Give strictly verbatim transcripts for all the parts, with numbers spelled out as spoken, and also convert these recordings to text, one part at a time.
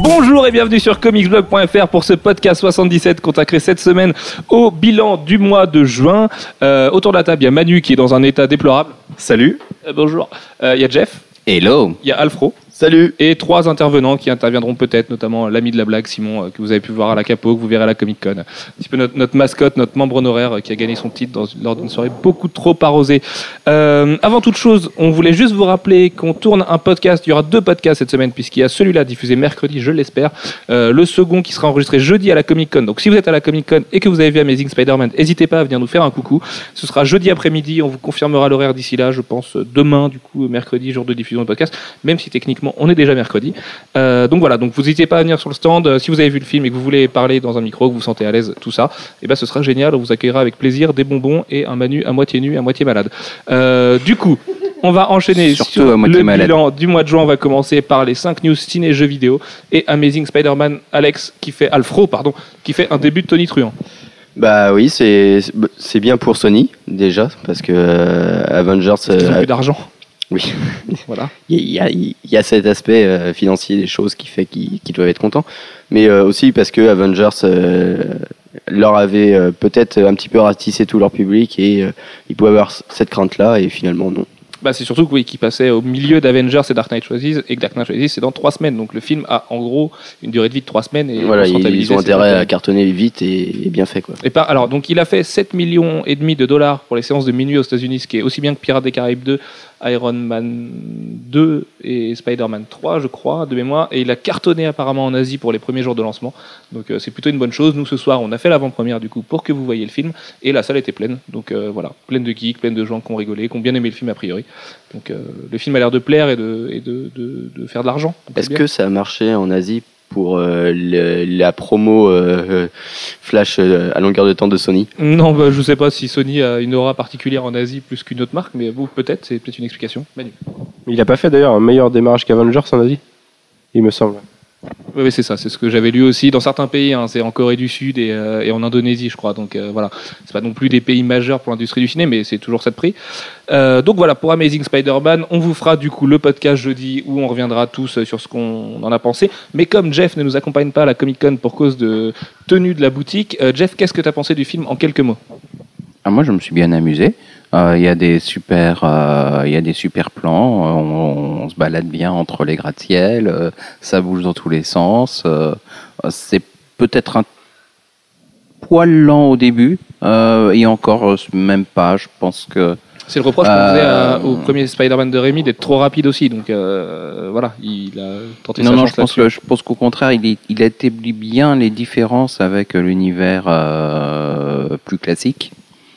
Bonjour et bienvenue sur comicsblog point f r pour ce podcast soixante-dix-sept consacré cette semaine au bilan du mois de juin. Euh, autour de la table, il y a Manu qui est dans un état déplorable. Salut. Euh, bonjour. Il euh, y a Jeff. Hello. Il y a Alfro. Salut. Et trois intervenants qui interviendront peut-être, notamment l'ami de la blague, Simon, euh, que vous avez pu voir à la Capo, que vous verrez à la Comic-Con. Un petit peu notre, notre mascotte, notre membre honoraire euh, qui a gagné son titre dans, lors d'une soirée beaucoup trop arrosée. Euh, avant toute chose, on voulait juste vous rappeler qu'on tourne un podcast. Il y aura deux podcasts cette semaine, puisqu'il y a celui-là diffusé mercredi, je l'espère. Euh, le second qui sera enregistré jeudi à la Comic-Con. Donc si vous êtes à la Comic-Con et que vous avez vu Amazing Spider-Man, n'hésitez pas à venir nous faire un coucou. Ce sera jeudi après-midi, on vous confirmera l'horaire d'ici là, je pense demain, du coup, mercredi, jour de diffusion de podcast, même si techniquement on est déjà mercredi. Euh, donc voilà, donc vous n'hésitez pas à venir sur le stand. Euh, si vous avez vu le film et que vous voulez parler dans un micro, que vous vous sentez à l'aise, tout ça, et ben ce sera génial. On vous accueillera avec plaisir, des bonbons et un Manu à moitié nu, à moitié malade. Euh, du coup, on va enchaîner Surtout sur à moitié le malade. bilan du mois de juin. On va commencer par les cinq news ciné jeux vidéo et Amazing Spider-Man. Alex qui fait Alfro, pardon, qui fait un début de Tony Truant. Bah oui, c'est c'est bien pour Sony déjà parce que euh, Avengers. Ils ont euh, plus d'argent. Oui. Voilà. Il y a, il y a cet aspect euh, financier des choses qui fait qu'ils, qu'ils doivent être contents, mais euh, aussi parce que Avengers euh, leur avait euh, peut-être un petit peu ratissé tout leur public et euh, ils pouvaient avoir cette crainte-là et finalement non. Bah, c'est surtout que, oui, qui passait au milieu d'Avengers et Dark Knight Rises, et que Dark Knight Rises c'est dans trois semaines. Donc le film a en gros une durée de vie de trois semaines. Et Voilà, ils, ils ils ont intérêt à cartonner vite et, et bien fait quoi. Et par, alors, donc il a fait sept millions et demi de dollars pour les séances de minuit aux États-Unis, ce qui est aussi bien que Pirates des Caraïbes deux, Iron Man deux et Spider-Man trois, je crois, de mémoire. Et il a cartonné apparemment en Asie pour les premiers jours de lancement. Donc euh, c'est plutôt une bonne chose. Nous, ce soir, on a fait l'avant-première du coup pour que vous voyiez le film. Et la salle était pleine. Donc euh, voilà, pleine de geeks, pleine de gens qui ont rigolé, qui ont bien aimé le film a priori. Donc euh, le film a l'air de plaire et de, et de, de, de faire de l'argent. Donc, Est-ce c'est bien. que ça a marché en Asie pour euh, le, la promo euh, flash euh, à longueur de temps de Sony? Non, bah, je sais pas si Sony a une aura particulière en Asie plus qu'une autre marque, mais vous, peut-être, c'est peut-être une explication. Manu. Il n'a pas fait d'ailleurs un meilleur démarrage qu'Avengers en Asie, il me semble. Oui, oui, c'est ça, c'est ce que j'avais lu aussi dans certains pays, hein, c'est en Corée du Sud et, euh, et en Indonésie, je crois. Donc euh, voilà, c'est pas non plus des pays majeurs pour l'industrie du ciné, mais c'est toujours ça de prix. Euh, donc voilà, pour Amazing Spider-Man, on vous fera du coup le podcast jeudi où on reviendra tous sur ce qu'on en a pensé. Mais comme Jeff ne nous accompagne pas à la Comic-Con pour cause de tenue de la boutique, euh, Jeff, qu'est-ce que tu as pensé du film en quelques mots? Ah, moi, je me suis bien amusé. Il euh, y a des super, il euh, y a des super plans. Euh, on, on se balade bien entre les gratte-ciel. Euh, ça bouge dans tous les sens. Euh, c'est peut-être un poil lent au début euh, et encore même pas. Je pense que c'est le reproche qu'on euh, faisait à, au premier Spider-Man de Raimi d'être trop rapide aussi. Donc euh, voilà, il a tenté non, sa non, chance je pense là-dessus. que je pense qu'au contraire, il, est, il établit bien les différences avec l'univers euh, plus classique.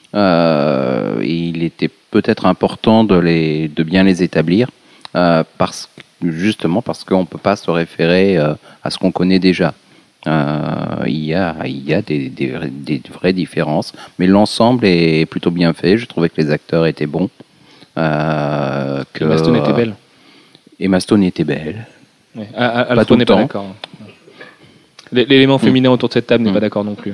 Euh, et il était peut-être important de, les, de bien les établir, euh, parce, justement parce qu'on ne peut pas se référer euh, à ce qu'on connaît déjà. Euh, il y a, il y a des, des, des vraies différences, mais l'ensemble est plutôt bien fait. Je trouvais que les acteurs étaient bons. Euh, que, Emma Stone était belle. Emma Stone était belle. Ouais. À, à, Pas Alfred tout le n'est pas temps. d'accord. L'élément féminin autour de cette table n'est Mm. pas d'accord non plus.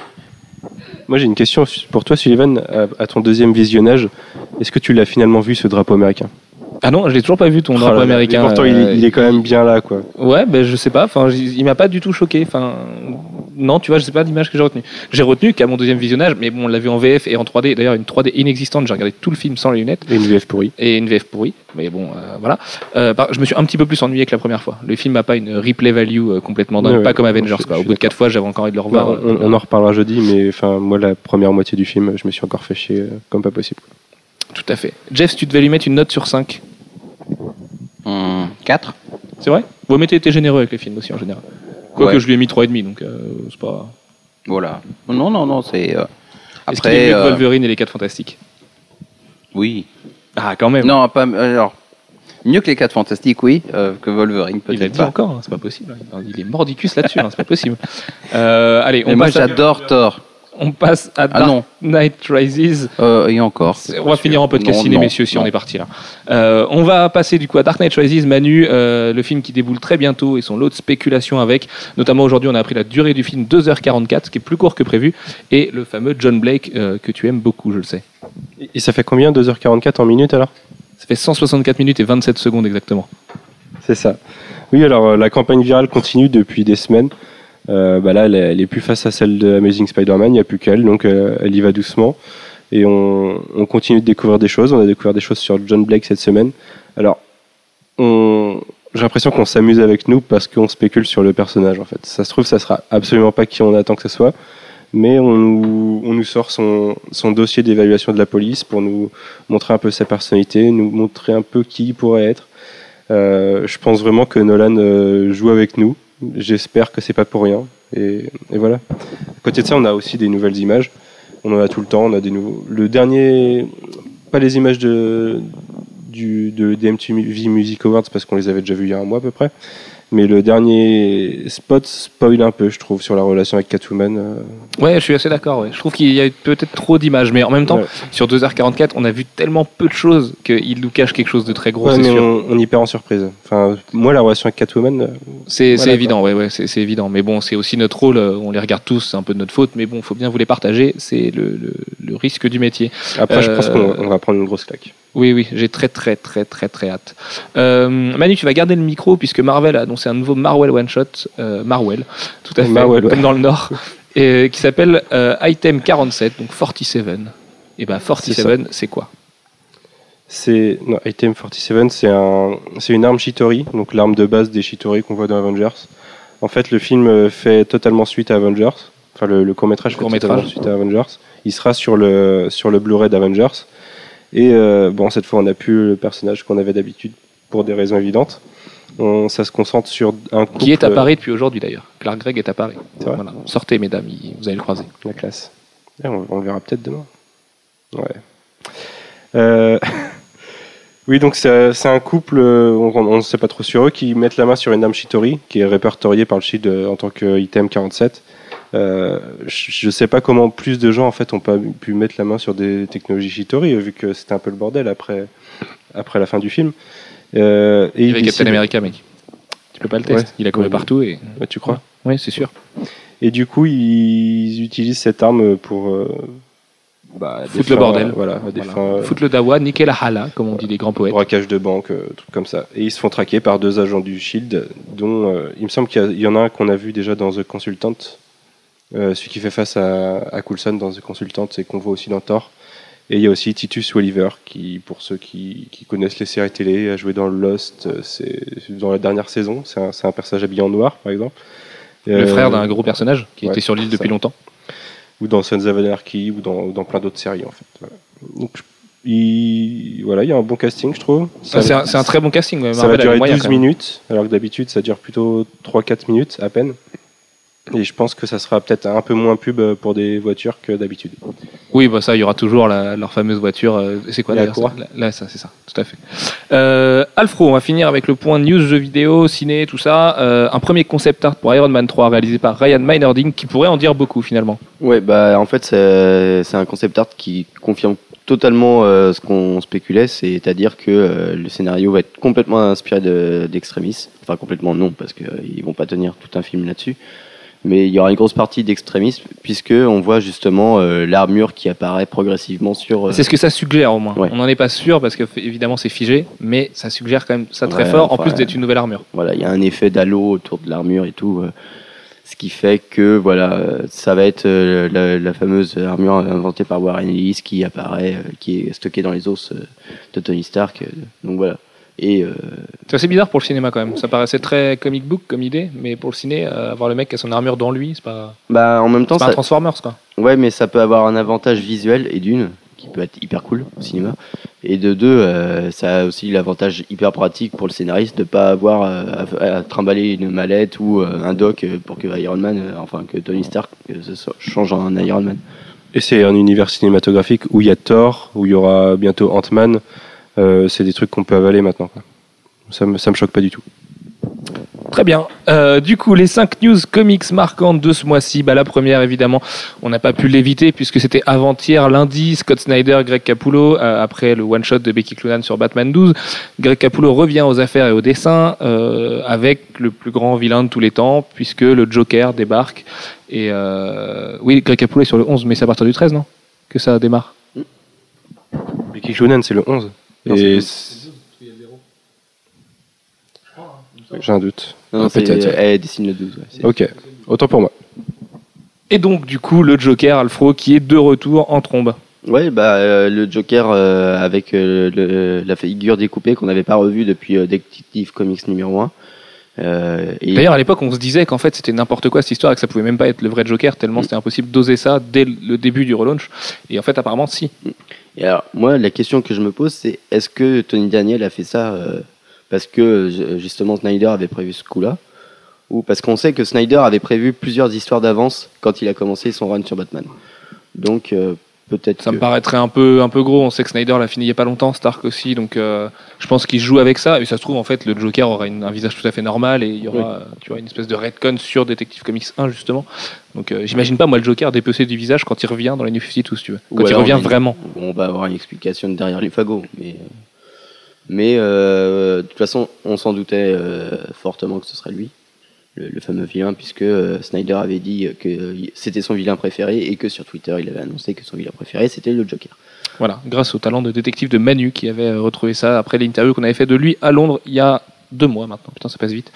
Moi j'ai une question pour toi Sullivan, à, à ton deuxième visionnage, est-ce que tu l'as finalement vu ce drapeau américain? Ah non, je l'ai toujours pas vu ton Oh drapeau là là, américain. mais pourtant il, euh, est- il est quand même bien là quoi. Ouais, ben je sais pas. Enfin, j- il m'a pas du tout choqué. Enfin, non, tu vois, je sais pas l'image que j'ai retenue. J'ai retenu qu'à mon deuxième visionnage, mais bon, on l'a vu en V F et en trois D. D'ailleurs, une trois D inexistante. J'ai regardé tout le film sans les lunettes Et une V F pourrie. et une V F pourrie. Mais bon, euh, voilà. Euh, par- je me suis un petit peu plus ennuyé que la première fois. Le film n'a pas une replay value euh, complètement dingue, Ouais, pas ouais, comme je- Avengers. je Quoi. Au suis bout de quatre fois, j'avais encore envie de le Bah, revoir. on, on en reparlera jeudi, mais enfin moi la première moitié du film, je me suis encore fait chier euh, comme pas possible. Tout à fait. Jeff, si tu devais lui mettre une note sur cinq, Hum, quatre. c'est vrai? Vous mettez été généreux avec les films aussi en général. Quoique Ouais. je lui ai mis trois virgule cinq, donc euh, c'est pas. Voilà. Non, non, non, c'est. Euh, Est-ce qu'il est après, mieux que euh, Wolverine et les quatre Fantastiques? oui. Ah, quand même. Non, pas. Alors, mieux que les quatre Fantastiques, oui, euh, que Wolverine, Il a peut-être dit pas. encore, hein, c'est pas possible. hein. Il est mordicus là-dessus, hein, c'est pas possible. Euh, allez, Mais on moi, passe, à, j'adore Thor. on passe à Ah Dark non. Knight Rises. Euh, et encore. On va finir en podcast Non, ciné, non, messieurs, si non. on est parti là. Euh, on va passer du coup à Dark Knight Rises, Manu, euh, le film qui déboule très bientôt et son lot de spéculations avec. Notamment aujourd'hui, on a appris la durée du film, deux heures quarante-quatre, ce qui est plus court que prévu, et le fameux John Blake euh, que tu aimes beaucoup, je le sais. Et, et ça fait combien deux heures quarante-quatre en minutes alors? Ça fait cent soixante-quatre minutes et vingt-sept secondes exactement. C'est ça. Oui, alors euh, la campagne virale continue depuis des semaines. Euh, bah là, elle est, elle est plus face à celle de Amazing Spider-Man, il n'y a plus qu'elle, donc euh, elle y va doucement. Et on, on continue de découvrir des choses. On a découvert des choses sur John Blake cette semaine. Alors, on, j'ai l'impression qu'on s'amuse avec nous parce qu'on spécule sur le personnage, en fait. Ça se trouve, ça sera absolument pas qui on attend que ce soit, mais on nous, on nous sort son, son dossier d'évaluation de la police pour nous montrer un peu sa personnalité, nous montrer un peu qui il pourrait être. Euh, je pense vraiment que Nolan euh, joue avec nous. J'espère que c'est pas pour rien. Et, et voilà. À côté de ça, on a aussi des nouvelles images. On en a tout le temps. On a des nouveaux. Le dernier, pas les images de du de des M T V Music Awards parce qu'on les avait déjà vues il y a un mois à peu près. Mais le dernier spot spoil un peu, je trouve, sur la relation avec Catwoman. Euh... Ouais, je suis assez d'accord. Ouais. Je trouve qu'il y a peut-être trop d'images, mais en même temps, Ouais. sur deux heures quarante-quatre, on a vu tellement peu de choses qu'il nous cache quelque chose de très gros, Ouais, c'est mais sûr. on, on y perd en surprise. Enfin, moi, la relation avec Catwoman. euh, C'est Voilà, c'est évident, ouais, ouais, c'est c'est évident. Mais bon, c'est aussi notre rôle. euh, On les regarde tous, c'est un peu de notre faute. Mais bon, faut bien vous les partager. C'est le, le, le risque du métier. Après, je pense Euh, qu'on on va prendre une grosse claque. Oui, oui, j'ai très, très, très, très, très hâte. Euh, Manu, tu vas garder le micro puisque Marvel a annoncé un nouveau Marvel One Shot, euh, Marvel, tout à fait, Marvel, ouais. comme dans le Nord, et, qui s'appelle euh, Item quarante-sept, donc quarante-sept. Et ben quarante-sept, c'est quoi? C'est non, Item quarante-sept, c'est un, c'est une arme Chitauri, donc l'arme de base des Chitauri qu'on voit dans Avengers. En fait, le film fait totalement suite à Avengers. Enfin, le, le court métrage fait court-métrage. totalement suite à Avengers. Il sera sur le sur le Blu-ray d'Avengers. Et euh, bon, cette fois, on n'a plus le personnage qu'on avait d'habitude pour des raisons évidentes. On, ça se concentre sur un couple. Qui est à Paris depuis aujourd'hui d'ailleurs. Clark Gregg est à Paris. C'est vrai. Voilà. Sortez, mesdames, il- vous allez le croiser. La classe. Eh, on, on le verra peut-être demain. Ouais. Euh, oui, donc c'est c'est un couple, euh, on ne sait pas trop sur eux, qui mettent la main sur une arme Chitauri, qui est répertoriée par le Shield euh, en tant que item quarante-sept. Euh, je ne sais pas comment plus de gens en fait ont pas pu mettre la main sur des technologies Chitauri, vu que c'était un peu le bordel après, après la fin du film. Euh, et Il y ils avait Captain décident- America, mec. Tu peux pas le tester. Ouais. Il a couru Ouais. partout et. Ouais, tu crois? Oui, c'est sûr. Et du coup, ils utilisent cette arme pour euh, bah, des Foutre le fins, bordel. Voilà, à des Voilà. fins, euh, Foutre le dawa, niquer la hala, comme on dit les grands poètes. braquage de banque, euh, trucs comme ça. Et ils se font traquer par deux agents du Shield, dont euh, il me semble qu'il y, a- il y en a un qu'on a vu déjà dans The Consultant, euh, celui qui fait face à, à Coulson dans The Consultant et qu'on voit aussi dans Thor. Et il y a aussi Titus Welliver, qui, pour ceux qui, qui connaissent les séries télé, a joué dans Lost, euh, c'est dans la dernière saison. C'est un, c'est un personnage habillé en noir, par exemple. Le Euh, frère d'un gros personnage qui ouais, était sur l'île c'est depuis ça. longtemps. Ou dans Sons of Anarchy, ou dans, ou dans plein d'autres séries, en fait. Voilà. Donc, il, voilà, il y a un bon casting, je trouve. Ça, c'est, un, c'est un très bon casting. ouais. Ça va Marvel a les durer moyens, douze quand même. minutes, alors que d'habitude ça dure plutôt trois quatre minutes à peine. Et je pense que ça sera peut-être un peu moins pub pour des voitures que d'habitude. Oui, bah ça, il y aura toujours la- leur fameuse voiture. euh, C'est quoi La d'ailleurs Acura. ça Là, là, ça, c'est ça, tout à fait. Euh, Alfro, on va finir avec le point news, jeux vidéo, ciné, tout ça. Euh, un premier concept art pour Iron Man trois réalisé par Ryan Meinerding qui pourrait en dire beaucoup finalement. Ouais, bah en fait c'est c'est un concept art qui confirme totalement euh, ce qu'on spéculait, c'est-à-dire que euh, le scénario va être complètement inspiré de- d'Extremis. Enfin complètement non, parce qu'ils vont pas tenir tout un film là-dessus. Mais il y aura une grosse partie d'Extremis puisque on voit justement euh, l'armure qui apparaît progressivement sur. euh, C'est ce que ça suggère au moins. Ouais. On n'en est pas sûr parce que f- évidemment c'est figé, mais ça suggère quand même ça très Ouais, fort, en enfin, plus d'être une nouvelle armure. Voilà, il y a un effet d'halo autour de l'armure et tout, euh, ce qui fait que voilà, euh, ça va être euh, la, la fameuse armure inventée par Warren Ellis qui apparaît, euh, qui est stockée dans les os euh, de Tony Stark. euh, donc voilà. Et euh, C'est assez bizarre pour le cinéma quand même. Ça paraissait très comic book comme idée, mais pour le ciné, euh, avoir le mec qui a son armure dans lui, c'est pas, bah en même temps, c'est pas un ça, Transformers quoi. ouais, mais ça peut avoir un avantage visuel et d'une qui peut être hyper cool au cinéma. Et de deux, euh, ça a aussi l'avantage hyper pratique pour le scénariste de pas avoir euh, à, à trimballer une mallette ou euh, un dock euh, pour que Iron Man, euh, enfin que Tony Stark euh, se soit- change en Iron Man. Et c'est un univers cinématographique où il y a Thor, où il y aura bientôt Ant-Man. Euh, c'est des trucs qu'on peut avaler maintenant, quoi. Ça me, ça me choque pas du tout. Très bien. Euh, du coup, les cinq news comics marquantes de ce mois-ci. Bah, la première, évidemment, on n'a pas pu l'éviter puisque c'était avant-hier, lundi, Scott Snyder, Greg Capullo, euh, après le one-shot de Becky Cloonan sur Batman douze. Greg Capullo revient aux affaires et au dessin euh, avec le plus grand vilain de tous les temps puisque le Joker débarque. Et euh, oui, Greg Capullo est sur le onze, mais c'est à partir du treize, non? Que ça démarre. Becky Cloonan, c'est le onze. Non, Et c'est c'est- J'ai un doute. Non, non, Ah, peut-être. c'est, elle dessine le douze. Ouais, c'est- Ok, autant pour moi. Et donc, du coup, le Joker, Alfro, qui est de retour en trombe. Ouais, bah euh, le Joker euh, avec euh, le, la figure découpée qu'on n'avait pas revue depuis euh, Detective Comics numéro un. Euh, et D'ailleurs, à l'époque, on se disait qu'en fait, c'était n'importe quoi cette histoire et que ça pouvait même pas être le vrai Joker, tellement c'était impossible d'oser ça dès le début du relaunch. Et en fait, apparemment, si. Et alors, moi, la question que je me pose, c'est est-ce que Tony Daniel a fait ça euh, parce que euh, justement Snyder avait prévu ce coup-là, ou parce qu'on sait que Snyder avait prévu plusieurs histoires d'avance quand il a commencé son run sur Batman. Donc euh, peut-être Ça que... me paraîtrait un peu, un peu gros. On sait que Snyder l'a fini il y a pas longtemps, Stark aussi, donc euh, je pense qu'il joue avec ça. Et ça se trouve, en fait, le Joker aura une- un visage tout à fait normal et il y aura, Oui. euh, tu vois, une espèce de retcon sur Detective Comics un justement. Donc, euh, j'imagine pas moi le Joker dépecé du visage quand il revient dans les New cinquante-deux, si tu veux. Ou Quand il alors, revient on a une- vraiment. On va avoir une explication derrière les fagots, mais euh, mais euh, de toute façon, on s'en doutait euh, fortement que ce serait lui, le, le fameux vilain, puisque euh, Snyder avait dit que euh, c'était son vilain préféré et que sur Twitter, il avait annoncé que son vilain préféré c'était le Joker. Voilà, grâce au talent de détective de Manu qui avait euh, retrouvé ça après l'interview qu'on avait fait de lui à Londres il y a deux mois maintenant. Putain, ça passe vite.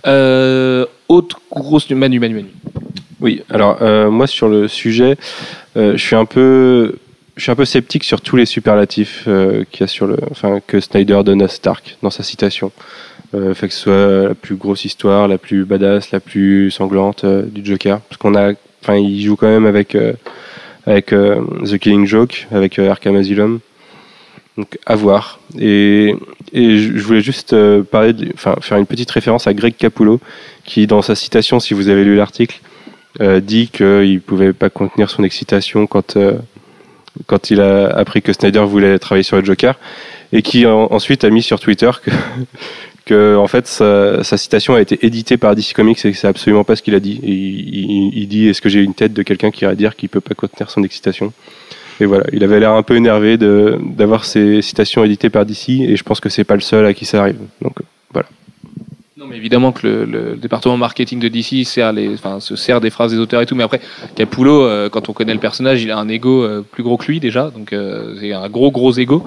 Euh, autre grosse Manu, Manu, Manu. Oui, alors euh, moi sur le sujet, euh, je suis un peu, je suis un peu sceptique sur tous les superlatifs euh, qu'il y a sur le, enfin que Snyder donne à Stark dans sa citation. Euh, fait que ce soit la plus grosse histoire, la plus badass, la plus sanglante euh, du Joker, parce qu'on a, enfin il joue quand même avec euh, avec euh, The Killing Joke, avec euh, Arkham Asylum. Donc à voir. Et, et je je voulais juste euh, parler, de- enfin faire une petite référence à Greg Capullo, qui dans sa citation, si vous avez lu l'article, euh, dit qu'il ne pouvait pas contenir son excitation quand, euh, quand il a appris que Snyder voulait travailler sur le Joker, et qui en- ensuite a mis sur Twitter que, que en fait sa, sa citation a été éditée par D C Comics et que c'est absolument pas ce qu'il a dit. Et il, il- il dit est-ce que j'ai une tête de quelqu'un qui irait dire qu'il peut pas contenir son excitation. Et voilà, il avait l'air un peu énervé de, d'avoir ces citations éditées par D C, et je pense que c'est pas le seul à qui ça arrive. Donc voilà. Non, mais évidemment que le, le département marketing de D C sert les, enfin, se sert des phrases des auteurs et tout, mais après, Capullo, euh, quand on connaît le personnage, il a un ego euh, plus gros que lui déjà, donc euh, c'est un gros gros ego.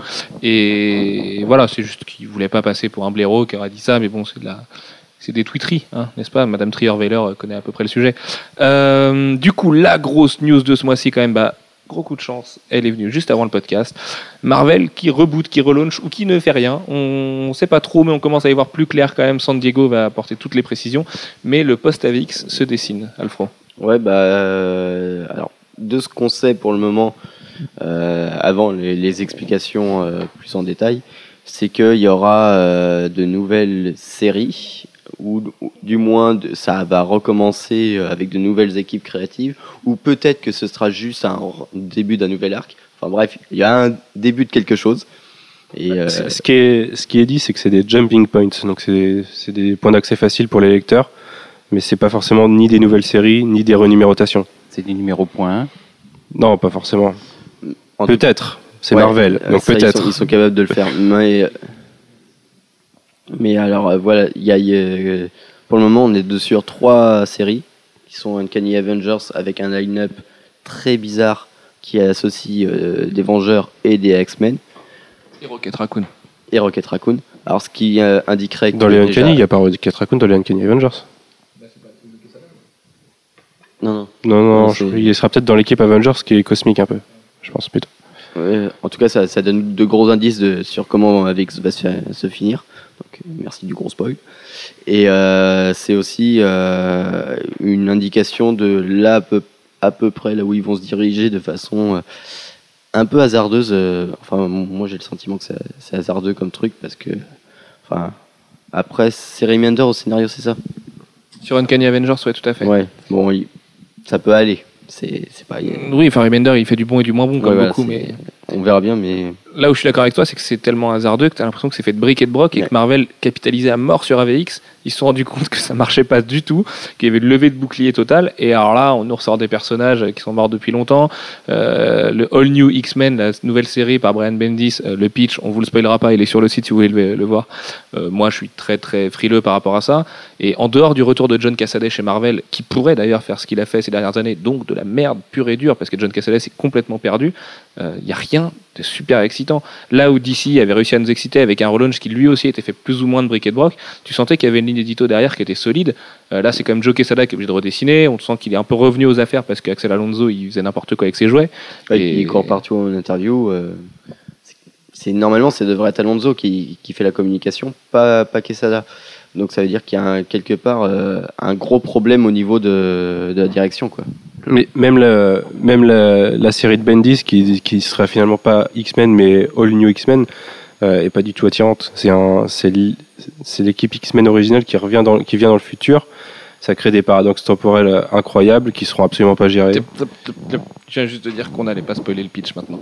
Et voilà, c'est juste qu'il voulait pas passer pour un blaireau qui aurait dit ça, mais bon, c'est de la. C'est des tweeteries, hein, n'est-ce pas? Madame Trierweiler connaît à peu près le sujet. Euh, du coup, la grosse news de ce mois-ci, quand même, bah, gros coup de chance, elle est venue juste avant le podcast. Marvel qui reboot, qui relaunch ou qui ne fait rien. On ne sait pas trop, mais on commence à y voir plus clair quand même. San Diego va apporter toutes les précisions. Mais le post-Avix se dessine, Alfro. Ouais, bah euh, alors de ce qu'on sait pour le moment, euh, avant les, les explications euh, plus en détail, c'est qu'il y aura euh, de nouvelles séries, ou, ou du moins de, ça va recommencer euh, avec de nouvelles équipes créatives, ou peut-être que ce sera juste un r- début d'un nouvel arc. Enfin bref, il y a un début de quelque chose. Et euh, Ce ce qui est, ce qui est dit, c'est que c'est des jumping points, donc c'est, c'est des points d'accès faciles pour les lecteurs, mais c'est pas forcément ni des nouvelles séries, ni des renumérotations. C'est du numéro point un. Non, pas forcément. en tout- Peut-être. C'est Ouais, Marvel, euh, donc ça, ils peut-être. sont, ils sont capables de le faire. Mais, mais alors, euh, voilà, il y a, il y a, euh, pour le moment, on est deux sur trois séries qui sont Uncanny Avengers avec un line-up très bizarre qui associe euh, des Vengeurs et des X-Men Et Rocket Raccoon. et Rocket Raccoon. Alors, ce qui euh, indiquerait que Dans les déjà- Uncanny, il n'y a pas Rocket Raccoon dans les Uncanny Avengers. Non, non. Non, non, Non, je- c'est- il sera peut-être dans l'équipe Avengers qui est cosmique un peu, je pense plutôt. Ouais, en tout cas, ça, ça donne de gros indices de, sur comment Avix va se, se finir. Donc, euh, merci du gros spoil. Et euh, c'est aussi euh, une indication de là à peu, à peu près là où ils vont se diriger de façon euh, un peu hasardeuse. euh, enfin, moi j'ai le sentiment que c'est, c'est hasardeux comme truc parce que, enfin, après c'est Remender au scénario, c'est ça? Sur Uncanny Avengers, ouais, tout à fait. Ouais. Bon, il- ça peut aller. C'est, c'est pas. Oui, enfin, Remender, il fait du bon et du moins bon, comme Ouais, voilà, beaucoup, c'est- mais On verra bien, mais là où je suis d'accord avec toi, c'est que c'est tellement hasardeux que tu as l'impression que c'est fait de briques et de broc et Ouais. que Marvel capitalisait à mort sur A V X. Ils se sont rendus compte que ça marchait pas du tout, qu'il y avait une levée de bouclier totale. Et alors là, on nous ressort des personnages qui sont morts depuis longtemps. Euh, le All New X-Men, la nouvelle série par Brian Bendis, euh, le pitch, on vous le spoilera pas, il est sur le site si vous voulez le, le voir. Euh, moi, je suis très très frileux par rapport à ça. Et en dehors du retour de John Cassaday chez Marvel, qui pourrait d'ailleurs faire ce qu'il a fait ces dernières années, donc de la merde pure et dure, parce que John Cassaday s'est complètement perdu, il n'y a rien c'était super excitant. Là où D C avait réussi à nous exciter avec un relaunch qui lui aussi était fait plus ou moins de bric et de broc, tu sentais qu'il y avait une ligne édito derrière qui était solide. Euh, là, c'est comme Joe Quesada qui est obligé de redessiner. On sent qu'il est un peu revenu aux affaires parce qu'Axel Alonso, il faisait n'importe quoi avec ses jouets. Ouais, Et- Il court partout en interview. euh, c'est- c'est normalement, c'est devrait être Alonso qui, qui fait la communication, pas pas Quesada. Donc ça veut dire qu'il y a un- quelque part euh, un gros problème au niveau de, de la direction, quoi. Mais même la, même la, la série de Bendis, qui, qui sera finalement pas X-Men, mais All New X-Men, euh, est pas du tout attirante. C'est un, c'est l- c'est l'équipe X-Men originale qui revient dans, qui vient dans le futur. Ça crée des paradoxes temporels incroyables qui seront absolument pas gérés. Tip, tip, tip, tip. Je viens juste de dire qu'on n'allait pas spoiler le pitch maintenant.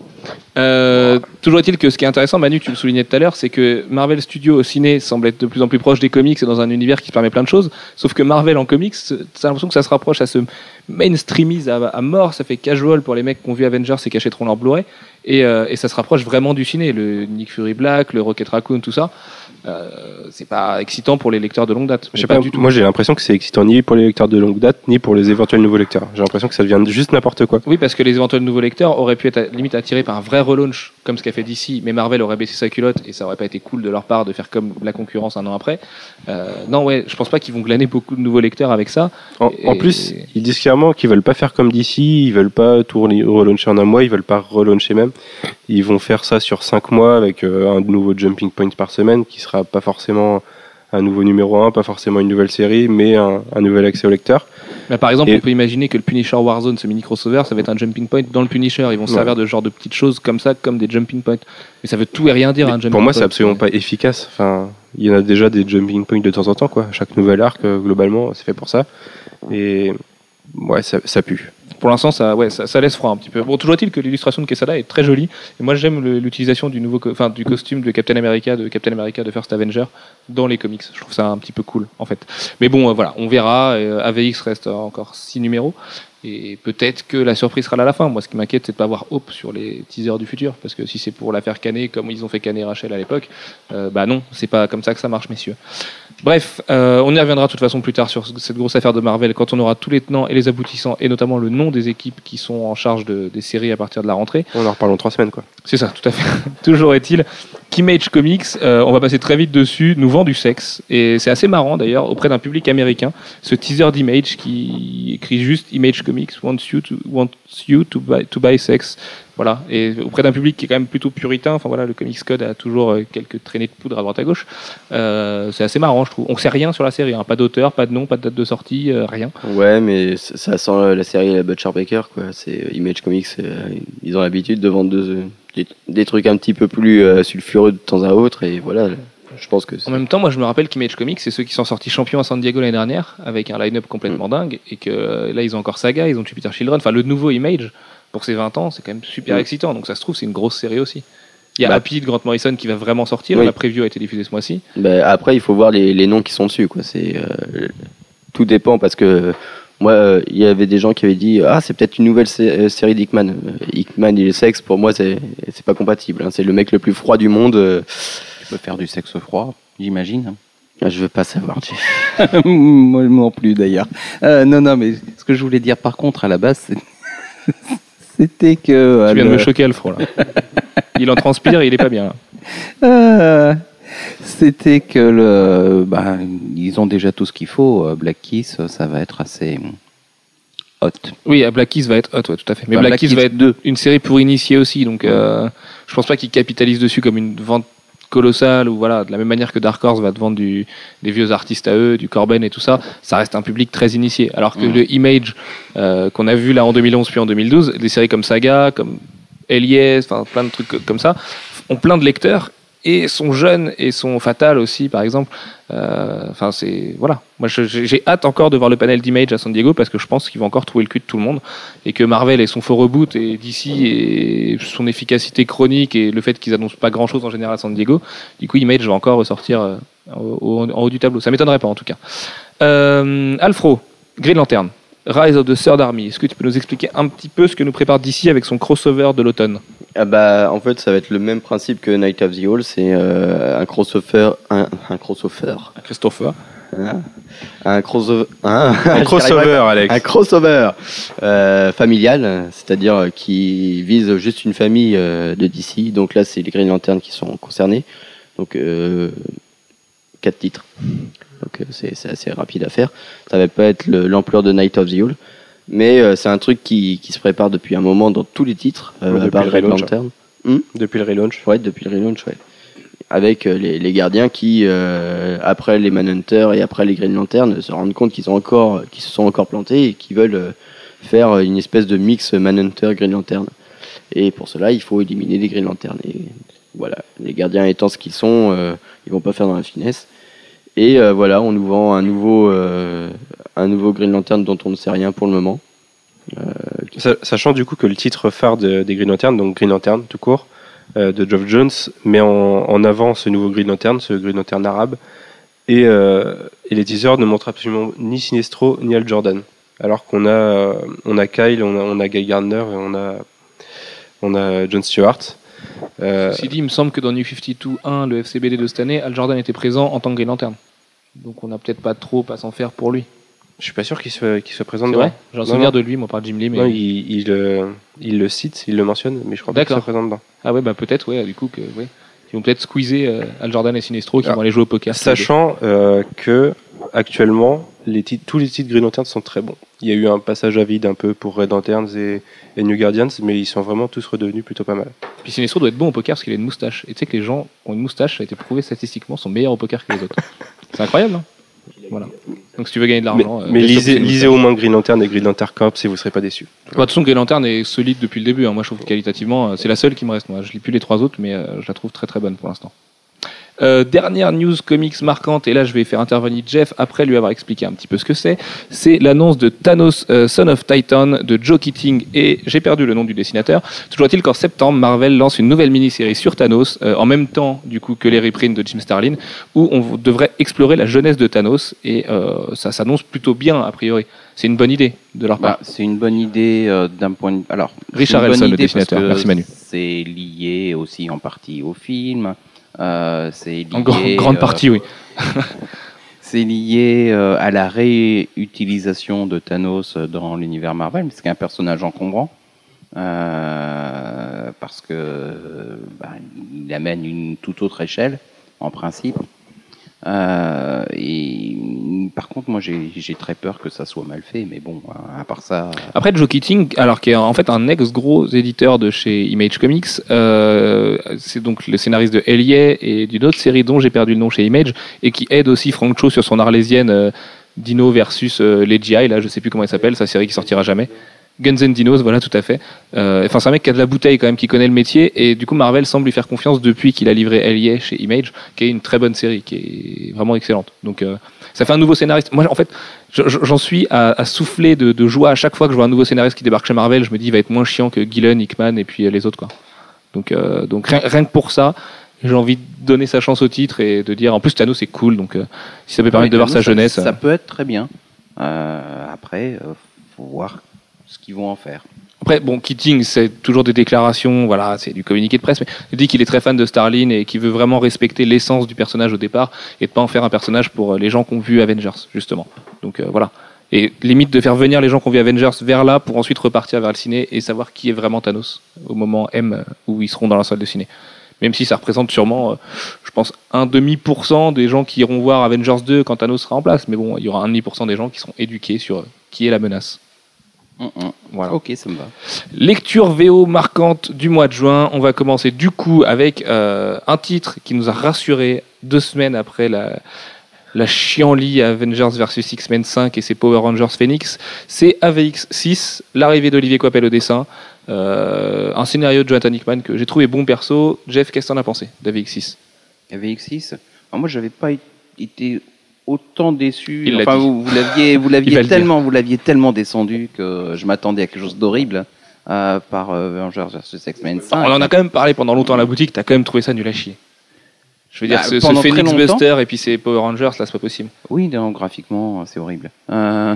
Euh, toujours est-il que ce qui est intéressant, Manu, tu le soulignais tout à l'heure, c'est que Marvel Studios au ciné semble être de plus en plus proche des comics et dans un univers qui permet plein de choses. Sauf que Marvel en comics, t'as l'impression que ça se rapproche à ce mainstreamise à, à mort. Ça fait casual pour les mecs qui ont vu Avengers et qui achèteront leur Blu-ray. Et, euh, et ça se rapproche vraiment du ciné. Le Nick Fury Black, le Rocket Raccoon, tout ça. Euh, c'est pas excitant pour les lecteurs de longue date. Je sais pas, du tout. moi j'ai l'impression que c'est excitant ni pour les lecteurs de longue date, ni pour les éventuels nouveaux lecteurs. J'ai l'impression que ça devient juste n'importe quoi. Oui, parce que les éventuels nouveaux lecteurs auraient pu être à- limite attirés par un vrai relaunch, comme ce qu'a fait D C, mais Marvel aurait baissé sa culotte et ça aurait pas été cool de leur part de faire comme la concurrence un an après. Euh, non, ouais, je pense pas qu'ils vont glaner beaucoup de nouveaux lecteurs avec ça. En, Et- en plus, ils disent clairement qu'ils veulent pas faire comme D C, ils veulent pas tout rel- relauncher en un mois, ils veulent pas relauncher même. Ils vont faire ça sur cinq mois avec euh, un nouveau jumping point par semaine qui sera pas forcément un nouveau numéro un, pas forcément une nouvelle série, mais un, un nouvel accès au lecteur. Bah, par exemple, Et- on peut imaginer que le Punisher Warzone, ce mini crossover, ça va être un jumping point dans le Punisher. Ils vont se Ouais. servir de ce genre de petites choses comme ça, comme des jumping points. Mais ça veut tout et rien dire, Mais un jumping pour moi, point. c'est absolument pas efficace. Enfin, il y en a déjà des jumping points de temps en temps, quoi. Chaque nouvel arc, euh, globalement, c'est fait pour ça. Et ouais, ça, ça pue. Pour l'instant, ça, ouais, ça, ça laisse froid un petit peu. Bon, toujours est-il que l'illustration de Quesada est très jolie. Et moi, j'aime le- l'utilisation du nouveau, co- enfin, du costume de Captain America, de Captain America de First Avenger dans les comics. Je trouve ça un petit peu cool, en fait. Mais bon, euh, voilà, on verra. Euh, A V X reste encore six numéros. Et peut-être que la surprise sera là à la fin. Moi, ce qui m'inquiète, c'est de pas avoir Hope sur les teasers du futur. Parce que si c'est pour la faire canner, comme ils ont fait canner Rachel à l'époque, euh, bah non, c'est pas comme ça que ça marche, messieurs. Bref, euh, on y reviendra de toute façon plus tard sur cette grosse affaire de Marvel quand on aura tous les tenants et les aboutissants et notamment le nom des équipes qui sont en charge de, des séries à partir de la rentrée. On en reparle dans trois semaines, quoi. C'est ça, tout à fait. Toujours est-il qu'Image Comics, euh, on va passer très vite dessus, nous vend du sexe. Et c'est assez marrant d'ailleurs, auprès d'un public américain, ce teaser d'Image qui écrit juste Image Comics wants you to, wants you to, buy, to buy sex. Voilà. Et auprès d'un public qui est quand même plutôt puritain, enfin voilà, le Comics Code a toujours euh, quelques traînées de poudre à droite à gauche. Euh, c'est assez marrant, je trouve. On sait rien sur la série, hein. Pas d'auteur, pas de nom, pas de date de sortie, euh, rien. Ouais, mais ça, ça sent euh, la série la Butcher Baker, quoi. C'est euh, Image Comics, euh, ils ont l'habitude de vendre de- des, des trucs un petit peu plus euh, sulfureux de temps à autre, et voilà. Je pense que c'est- En même temps, moi je me rappelle qu'Image Comics, c'est ceux qui sont sortis champions à San Diego l'année dernière, avec un line-up complètement dingue, et que euh, là ils ont encore Saga, ils ont Jupiter Children, enfin le nouveau Image, pour ses vingt ans, c'est quand même super Mm. excitant, donc ça se trouve c'est une grosse série aussi. Il y a Bah. Happy de Grant Morrison qui va vraiment sortir, Oui. la preview a été diffusée ce mois-ci. Bah, après, il faut voir les, les noms qui sont dessus, quoi. C'est euh, tout dépend parce que moi, euh, il y avait des gens qui avaient dit ah c'est peut-être une nouvelle sé- euh, série d'Hickman. Euh, Hickman et le sexe, pour moi, c'est c'est pas compatible. hein. C'est le mec le plus froid du monde. euh, Tu peux faire du sexe froid, j'imagine. Je veux pas savoir. Jeff. Moi non plus d'ailleurs. Euh, non, non, mais ce que je voulais dire par contre à la base, c'est- c'était que. euh, Tu viens de le- me choquer Alfro là. Il en transpire et il est pas bien là. Euh, c'était que le, bah, ils ont déjà tout ce qu'il faut. Euh, Black Kiss, ça va être assez hot. Oui, Black Kiss va être hot, ouais, tout à fait. Mais Enfin, Black, Kiss va être deux. une série pour initier aussi, donc euh, je pense pas qu'ils capitalisent dessus comme une vente colossale ou voilà, de la même manière que Dark Horse va te vendre du, des vieux artistes à eux, du Corben et tout ça, ça reste un public très initié. Alors que Mhm. le Image euh, qu'on a vu là en deux mille onze puis en deux mille douze, des séries comme Saga, comme Elias, enfin plein de trucs co- comme ça, ont plein de lecteurs et sont jeunes et sont fatales aussi, par exemple. Euh, Enfin, c'est voilà. Moi, je- j'ai j'ai hâte encore de voir le panel d'Image à San Diego parce que je pense qu'ils vont encore trouver le cul de tout le monde et que Marvel et son faux reboot et D C et son efficacité chronique et le fait qu'ils annoncent pas grand chose en général à San Diego, du coup, Image va encore ressortir euh, au- au- en haut du tableau. Ça m'étonnerait pas en tout cas. Euh, Alfro, Green Lantern, Rise of the Third Army. Est-ce que tu peux nous expliquer un petit peu ce que nous prépare D C avec son crossover de l'automne? Ah bah, en fait, ça va être le même principe que Night of the Owl. C'est euh, un crossover, un, un crossover, Christopher. un, un crossover, un, Un crossover, Alex. un crossover euh, familial, c'est-à-dire qui vise juste une famille euh, de D C. Donc là, c'est les Green Lantern qui sont concernés. Donc euh, quatre titres. Donc euh, c'est, c'est assez rapide à faire. Ça va pas être le, l'ampleur de Night of the Owl, mais euh, c'est un truc qui, qui se prépare depuis un moment dans tous les titres, euh, Depuis à part le Green relaunch. Lantern. Depuis le relaunch. Ouais, depuis le relaunch, ouais. Avec euh, les, les gardiens qui, euh, après les Manhunter et après les Green Lantern, se rendent compte qu'ils ont encore, qu'ils se sont encore plantés et qu'ils veulent euh, faire une espèce de mix Manhunter-Green Lantern. Et pour cela, il faut éliminer les Green Lantern. Et voilà, les gardiens étant ce qu'ils sont, euh, ils vont pas faire dans la finesse. Et euh, voilà, on nous vend un nouveau, euh, un nouveau Green Lantern dont on ne sait rien pour le moment. Euh, Sa- Sachant du coup que le titre phare de- des Green Lantern, donc Green Lantern tout court, euh, de Geoff Jones, met en, en avant ce nouveau Green Lantern, ce Green Lantern arabe, et, euh, et les teasers ne montrent absolument ni Sinestro ni Hal Jordan. Alors qu'on a, euh, on a Kyle, on a, on a Guy Gardner, et on a, on a John Stewart. Euh, Ceci dit, il me semble que dans New cinquante-deux un, le F C B D de cette année, Al Jordan était présent en tant que Green Lantern. Donc on n'a peut-être pas trop à s'en faire pour lui. je suis pas sûr qu'il soit, qu'il soit présent C'est dedans. vrai J'ai un Non, souvenir non. de lui, moi, par Jim Lee. Mais... Non, il, il, euh, il le cite, il le mentionne, mais je crois pas qu'il D'accord. soit présent dedans. Ah ouais, bah peut-être, ouais, du coup, que, ouais. Ils vont peut-être squeezer euh, Al Jordan et Sinestro qui Alors, vont aller jouer au poker. tous les deux. Sachant euh, que actuellement, les titres, tous les titres Green Lanterns sont très bons. Il y a eu un passage à vide un peu pour Red Lanterns et, et New Guardians, mais ils sont vraiment tous redevenus plutôt pas mal. Puis Sinestro doit être bon au poker parce qu'il a une moustache. Et tu sais que les gens qui ont une moustache, ça a été prouvé statistiquement, sont meilleurs au poker que les autres. C'est incroyable, hein. Voilà. Donc si tu veux gagner de Mais, l'argent. euh, mais t'es sûr que lisez, c'est une lisez moustache. au moins Green Lantern et Green Lantern Corps et vous serez pas déçus. Bah, de toute façon, Green Lantern est solide depuis le début. hein. Moi, je trouve que qualitativement, euh, c'est la seule qui me reste. Moi, je lis plus les trois autres, mais euh, je la trouve très très bonne pour l'instant. Euh, dernière news comics marquante, et là je vais faire intervenir Jeff après lui avoir expliqué un petit peu ce que c'est. C'est l'annonce de Thanos, euh, Son of Titan de Joe Keating, et j'ai perdu le nom du dessinateur. Toujours est-il qu'en septembre, Marvel lance une nouvelle mini-série sur Thanos, euh, en même temps du coup que les reprints de Jim Starlin, où on devrait explorer la jeunesse de Thanos, et euh, ça s'annonce plutôt bien a priori. C'est une bonne idée de leur part. Bah, c'est une bonne idée euh, d'un point de alors Richard c'est une bonne Elson, le idée parce dessinateur. que Merci, Manu. C'est lié aussi en partie au film. Euh, c'est lié, En gr- grande euh, partie, oui. c'est lié euh, à la réutilisation de Thanos dans l'univers Marvel, mais c'est un personnage encombrant. Euh, parce que euh, bah, il amène une toute autre échelle en principe. Euh, et par contre, moi, j'ai, j'ai très peur que ça soit mal fait, mais bon, à part ça. Après, Joe Keating, alors qui est en fait un ex-gros éditeur de chez Image Comics, euh, c'est donc le scénariste de Elie et d'une autre série dont j'ai perdu le nom chez Image, et qui aide aussi Frank Cho sur son arlésienne euh, Dino versus euh, les G I, là je sais plus comment elle s'appelle, sa série qui sortira jamais. Guns and Dinos, voilà, tout à fait. Euh, Enfin, c'est un mec qui a de la bouteille quand même, qui connaît le métier, et du coup, Marvel semble lui faire confiance depuis qu'il a livré Elie chez Image, qui est une très bonne série, qui est vraiment excellente. Donc, euh, ça fait un nouveau scénariste. Moi, en fait, je- je- j'en suis à, à souffler de, de joie à chaque fois que je vois un nouveau scénariste qui débarque chez Marvel. Je me dis, il va être moins chiant que Gillen, Hickman et puis euh, les autres, quoi. Donc, euh, donc rien, rien que pour ça, j'ai envie de donner sa chance au titre et de dire, en plus, Thanos c'est cool, donc euh, si ça peut permettre de voir Ouais, sa ça- jeunesse. Ça euh, peut être très bien. Euh, après, euh, faut voir ce qu'ils vont en faire. Après, bon, Keating, c'est toujours des déclarations, voilà, c'est du communiqué de presse, mais il dit qu'il est très fan de Starlin et qu'il veut vraiment respecter l'essence du personnage au départ et de pas en faire un personnage pour euh, les gens qui ont vu Avengers, justement. Donc euh, voilà. Et limite de faire venir les gens qui ont vu Avengers vers là pour ensuite repartir vers le ciné et savoir qui est vraiment Thanos au moment M euh, où ils seront dans la salle de ciné. Même si ça représente sûrement, euh, je pense, un demi pour cent des gens qui iront voir Avengers deux quand Thanos sera en place. Mais bon, il y aura un demi pour cent des gens qui seront éduqués sur euh, qui est la menace. Hum, hum. Voilà. Ok, ça me va. Lecture V O marquante du mois de juin. On va commencer du coup avec euh, un titre qui nous a rassuré deux semaines après la, la chienlit Avengers versus X-Men cinq et ses Power Rangers Phoenix. C'est A V X six, l'arrivée d'Olivier Coipel au dessin. Euh, un scénario de Jonathan Hickman que j'ai trouvé bon perso. Jeff, qu'est-ce que t'en as pensé d'A V X six? A V X six. Alors moi, j'avais pas été autant déçu. Il l'a Enfin, dit. vous, vous l'aviez, vous Il va l'aviez le tellement, vous l'aviez tellement descendu que je m'attendais à quelque chose d'horrible euh, par euh, Avengers versus X-Men cinq. On en a quand même parlé pendant longtemps à la boutique. T'as quand même trouvé ça nul à chier. Je veux dire, Bah, ce, ce pendant très Phoenix longtemps. Buster et puis ces Power Rangers, là, c'est pas possible. Oui, non, graphiquement, c'est horrible. Euh,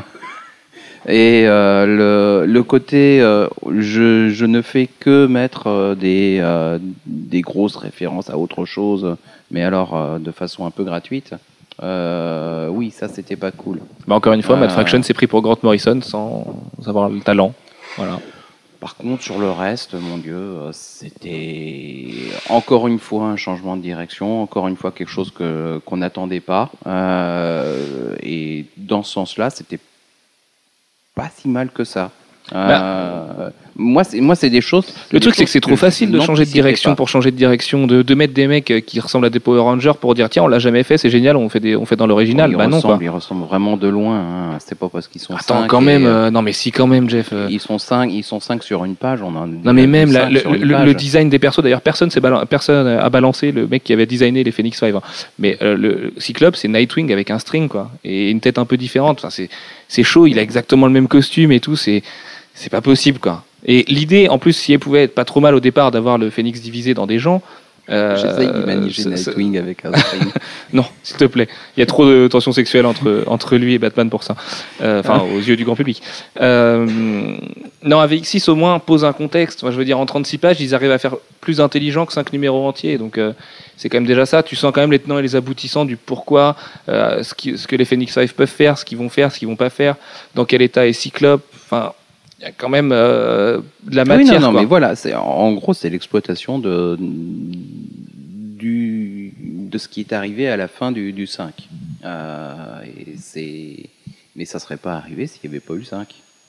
et euh, le, le côté, euh, je, je ne fais que mettre euh, des, euh, des grosses références à autre chose, mais alors euh, de façon un peu gratuite. Euh, oui, ça c'était pas cool. Bah, encore une fois, Euh, Matt Fraction s'est pris pour Grant Morrison sans avoir le talent. Voilà. Par contre, sur le reste, mon Dieu, euh, c'était encore une fois un changement de direction, encore une fois quelque chose que, qu'on n'attendait pas. Euh, et dans ce sens-là, c'était pas si mal que ça. Euh, Bah, moi, c'est, moi, c'est des choses. Le des truc, c'est choses que c'est trop je facile de changer de n'anticipais direction pas. pour changer de direction, de, de mettre des mecs euh, qui ressemblent à des Power Rangers pour dire tiens, on l'a jamais fait, c'est génial, on fait, des, on fait dans l'original. Ils Bah non, quoi. ressemblent, ils ressemblent vraiment de loin. Hein. C'est pas parce qu'ils sont Attends, cinq quand et, même, euh, euh, non mais si, quand même, Jeff. euh, Ils sont cinq, ils sont cinq sur une page. On en a Non mais même la- cinq le, sur une le- page. le design des persos, d'ailleurs personne s'est balan- personne a balancé le mec qui avait designé les Phoenix Five, hein. Mais euh, le Cyclope c'est Nightwing avec un string quoi et une tête un peu différente. Enfin, c'est c'est chaud, il a exactement le même costume et tout, c'est c'est pas possible quoi. Et l'idée en plus si elle pouvait être pas trop mal au départ d'avoir le Phoenix divisé dans des gens. euh, J'essaye d'imaginer ça- ça- Nightwing avec un string. Non, s'il te plaît. Il y a trop de tensions sexuelles entre, entre lui et Batman pour ça. Euh, Enfin, aux yeux du grand public. Euh, non, A V X six, au moins, pose un contexte. Moi, je veux dire, en trente-six pages, ils arrivent à faire plus intelligent que cinq numéros entiers. Donc, euh, c'est quand même déjà ça. Tu sens quand même les tenants et les aboutissants du pourquoi, euh, ce, qui, ce que les Phoenix Five peuvent faire, ce qu'ils vont faire, ce qu'ils vont pas faire, dans quel état est Cyclope. Enfin, il y a quand même euh, de la Oui, matière. non, non, quoi. mais voilà, c'est, en gros, c'est l'exploitation de, du, de ce qui est arrivé à la fin du, du cinq. Euh, et c'est, mais ça serait pas arrivé s'il n'y avait pas eu le cinq.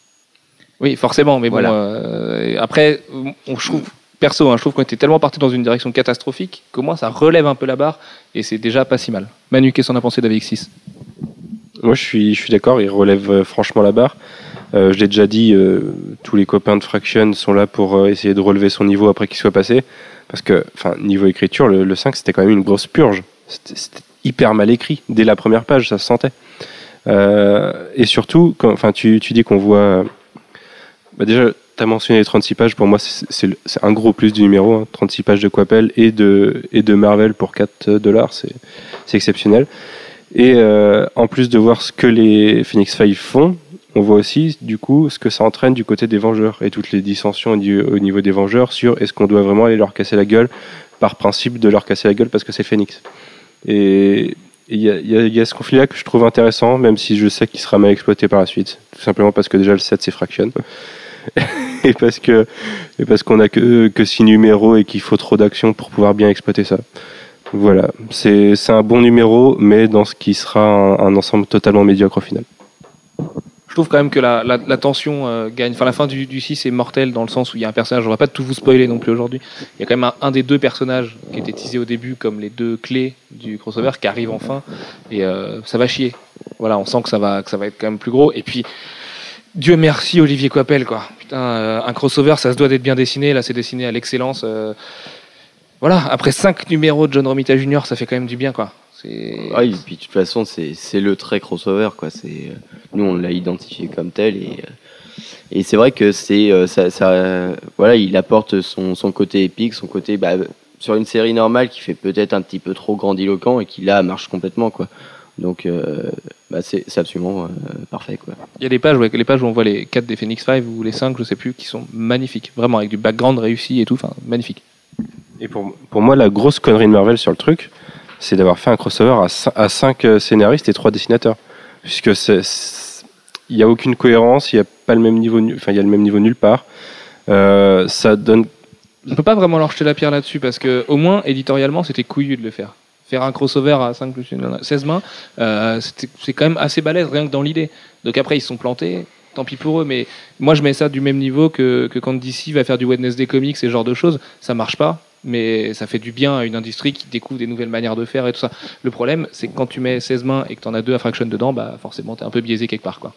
Oui, forcément, mais Voilà. bon, euh, après, on, je trouve, perso, hein, je trouve qu'on était tellement parti dans une direction catastrophique qu'au moins ça relève un peu la barre et c'est déjà pas si mal. Manu, qu'est-ce qu'on a pensé d'A V X six? Moi, je suis, je suis d'accord, il relève euh, franchement la barre. Euh, je l'ai déjà dit, euh, tous les copains de Fraction sont là pour euh, essayer de relever son niveau après qu'il soit passé. Parce que, enfin, niveau écriture, le, le cinq, c'était quand même une grosse purge. C'était, c'était hyper mal écrit. Dès la première page, ça se sentait. Euh, et surtout, quand, enfin, tu, tu dis qu'on voit... Bah déjà, tu as mentionné les trente-six pages. Pour moi, c'est, c'est, le- c'est un gros plus du numéro. Hein. trente-six pages de Coppel et de, et de Marvel pour quatre dollars. C'est, c'est exceptionnel. Et euh, en plus de voir ce que les Phoenix Five font, on voit aussi du coup ce que ça entraîne du côté des Vengeurs et toutes les dissensions au niveau, au niveau des Vengeurs sur est-ce qu'on doit vraiment aller leur casser la gueule par principe de leur casser la gueule parce que c'est Phoenix. Et il y a, y a- y a ce conflit-là que je trouve intéressant, même si je sais qu'il sera mal exploité par la suite, tout simplement parce que déjà le sept c'est Fraction et parce que et parce qu'on a que que six numéros et qu'il faut trop d'action pour pouvoir bien exploiter ça. Voilà, c'est c'est un bon numéro, mais dans ce qui sera un, un ensemble totalement médiocre au final. Je trouve quand même que la, la, la tension euh, gagne. Enfin, la fin du, du six est mortelle dans le sens où il y a un personnage, on va pas tout vous spoiler non plus aujourd'hui, il y a quand même un, un des deux personnages qui était teasé au début comme les deux clés du crossover qui arrive enfin et euh, ça va chier. Voilà, on sent que ça va, que ça va être quand même plus gros. Et puis, Dieu merci Olivier Coipel, quoi. Putain, euh, un crossover, ça se doit d'être bien dessiné. Là, c'est dessiné à l'excellence. euh. Voilà, après cinq numéros de John Romita Junior, ça fait quand même du bien, quoi. C'est... Ah oui, et puis de toute façon, c'est, c'est le trait crossover, quoi. C'est, euh, nous, on l'a identifié comme tel. Et, euh, et c'est vrai que c'est, euh, ça, ça, euh, voilà, il apporte son, son côté épique, son côté. Bah, sur une série normale qui fait peut-être un petit peu trop grandiloquent et qui là marche complètement, quoi. Donc, euh, bah, c'est, c'est absolument euh, parfait, quoi. Il y a des pages, ouais, les pages où on voit les quatre des Phoenix Five ou les cinq, je sais plus, qui sont magnifiques. Vraiment, avec du background réussi et tout. Enfin, magnifique. Et pour, pour moi, la grosse connerie de Marvel sur le truc, c'est d'avoir fait un crossover à, cin- à cinq scénaristes et trois dessinateurs. Puisque c'est, c'est- il n'y a aucune cohérence, il n'y a pas le même niveau, nu- enfin, il y a le même niveau nulle part. Euh, ça donne. On peut pas vraiment leur jeter la pierre là-dessus parce que, au moins, éditorialement, c'était couillu de le faire. Faire un crossover à cinq plus une, seize mains, euh, c'était- c'est quand même assez balèze, rien que dans l'idée. Donc après, ils se sont plantés, tant pis pour eux, mais moi, je mets ça du même niveau que, que quand D C va faire du Wednesday Comics et ce genre de choses. Ça marche pas, mais ça fait du bien à une industrie qui découvre des nouvelles manières de faire et tout ça. Le problème, c'est que quand tu mets seize mains et que tu en as deux à Fraction dedans, bah forcément, tu es un peu biaisé quelque part, quoi.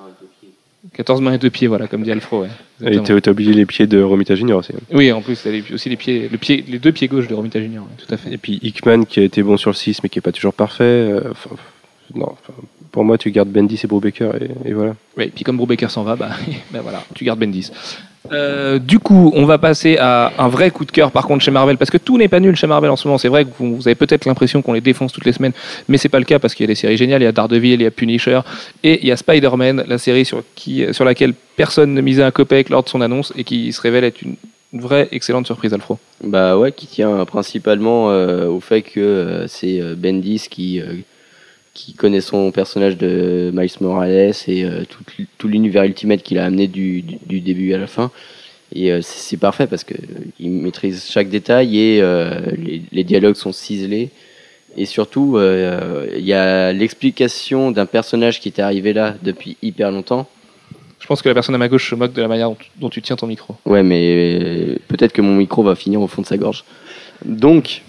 quatorze mains et deux pieds, voilà, comme dit Alfro. Ouais, Et exactement. t'as, t'as oublié les pieds de Romita Junior aussi. Oui, en plus, il y a les- aussi les, pieds, le pied, les deux pieds gauches de Romita Junior, ouais, tout à fait. Et puis Hickman qui a été bon sur le six mais qui n'est pas toujours parfait. Euh, enfin, non, enfin, pour moi, tu gardes Bendis et Brubaker et, et voilà. Oui, puis comme Brubaker s'en va, bah, bah voilà, tu gardes Bendis. Euh, du coup, on va passer à un vrai coup de cœur par contre chez Marvel, parce que tout n'est pas nul chez Marvel en ce moment. C'est vrai que vous, vous avez peut-être l'impression qu'on les défonce toutes les semaines, mais c'est pas le cas parce qu'il y a des séries géniales. Il y a Daredevil, il y a Punisher et il y a Spider-Man, la série sur, qui, sur laquelle personne ne misait un copec lors de son annonce et qui se révèle être une, une vraie excellente surprise, Alfro. Bah ouais, qui tient principalement euh, au fait que euh, c'est euh, Bendis qui, euh, qui connaît son personnage de Miles Morales et euh, tout, tout l'univers Ultimate qu'il a amené du, du, du début à la fin. Et euh, c'est, c'est parfait parce qu'il maîtrise chaque détail et euh, les, les dialogues sont ciselés. Et surtout, il euh, y a l'explication d'un personnage qui était arrivé là depuis hyper longtemps. Je pense que la personne à ma gauche se moque de la manière dont tu, dont tu tiens ton micro. Ouais, mais peut-être que mon micro va finir au fond de sa gorge. Donc,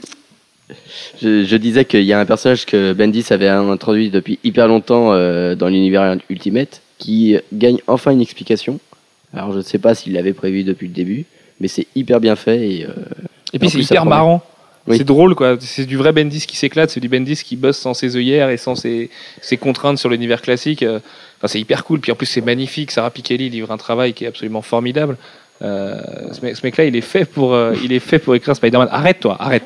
je, je disais qu'il y a un personnage que Bendis avait introduit depuis hyper longtemps euh, dans l'univers Ultimate qui gagne enfin une explication. Alors, je ne sais pas s'il l'avait prévu depuis le début, mais c'est hyper bien fait. Et, euh, et puis, et c'est plus, hyper marrant. Oui. C'est drôle, quoi. C'est du vrai Bendis qui s'éclate, c'est du Bendis qui bosse sans ses œillères et sans ses, ses contraintes sur l'univers classique. Enfin, c'est hyper cool. Puis en plus, c'est magnifique. Sarah Pikeli livre un travail qui est absolument formidable. Euh, ce, mec, ce mec-là, il est fait pour, euh, il est fait pour écrire Spider-Man. Arrête, toi, arrête.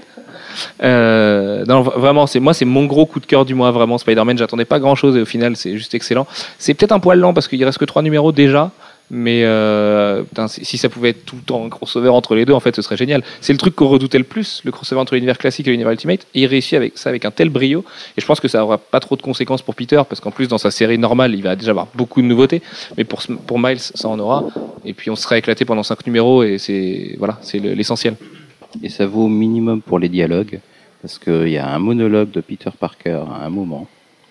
Euh, non, vraiment, c'est moi, c'est mon gros coup de cœur du mois. Vraiment, Spider-Man. J'attendais pas grand-chose et au final, c'est juste excellent. C'est peut-être un poil lent parce qu'il reste que trois numéros déjà. Mais euh, putain, si ça pouvait être tout le temps un crossover entre les deux, en fait, ce serait génial. C'est le truc qu'on redoutait le plus, le crossover entre l'univers classique et l'univers Ultimate. Et il réussit avec ça avec un tel brio. Et je pense que ça n'aura pas trop de conséquences pour Peter, parce qu'en plus, dans sa série normale, il va déjà avoir beaucoup de nouveautés. Mais pour, pour Miles, ça en aura. Et puis, on sera éclaté pendant cinq numéros, et c'est voilà, c'est le, l'essentiel. Et ça vaut au minimum pour les dialogues, parce qu'il y a un monologue de Peter Parker à un moment.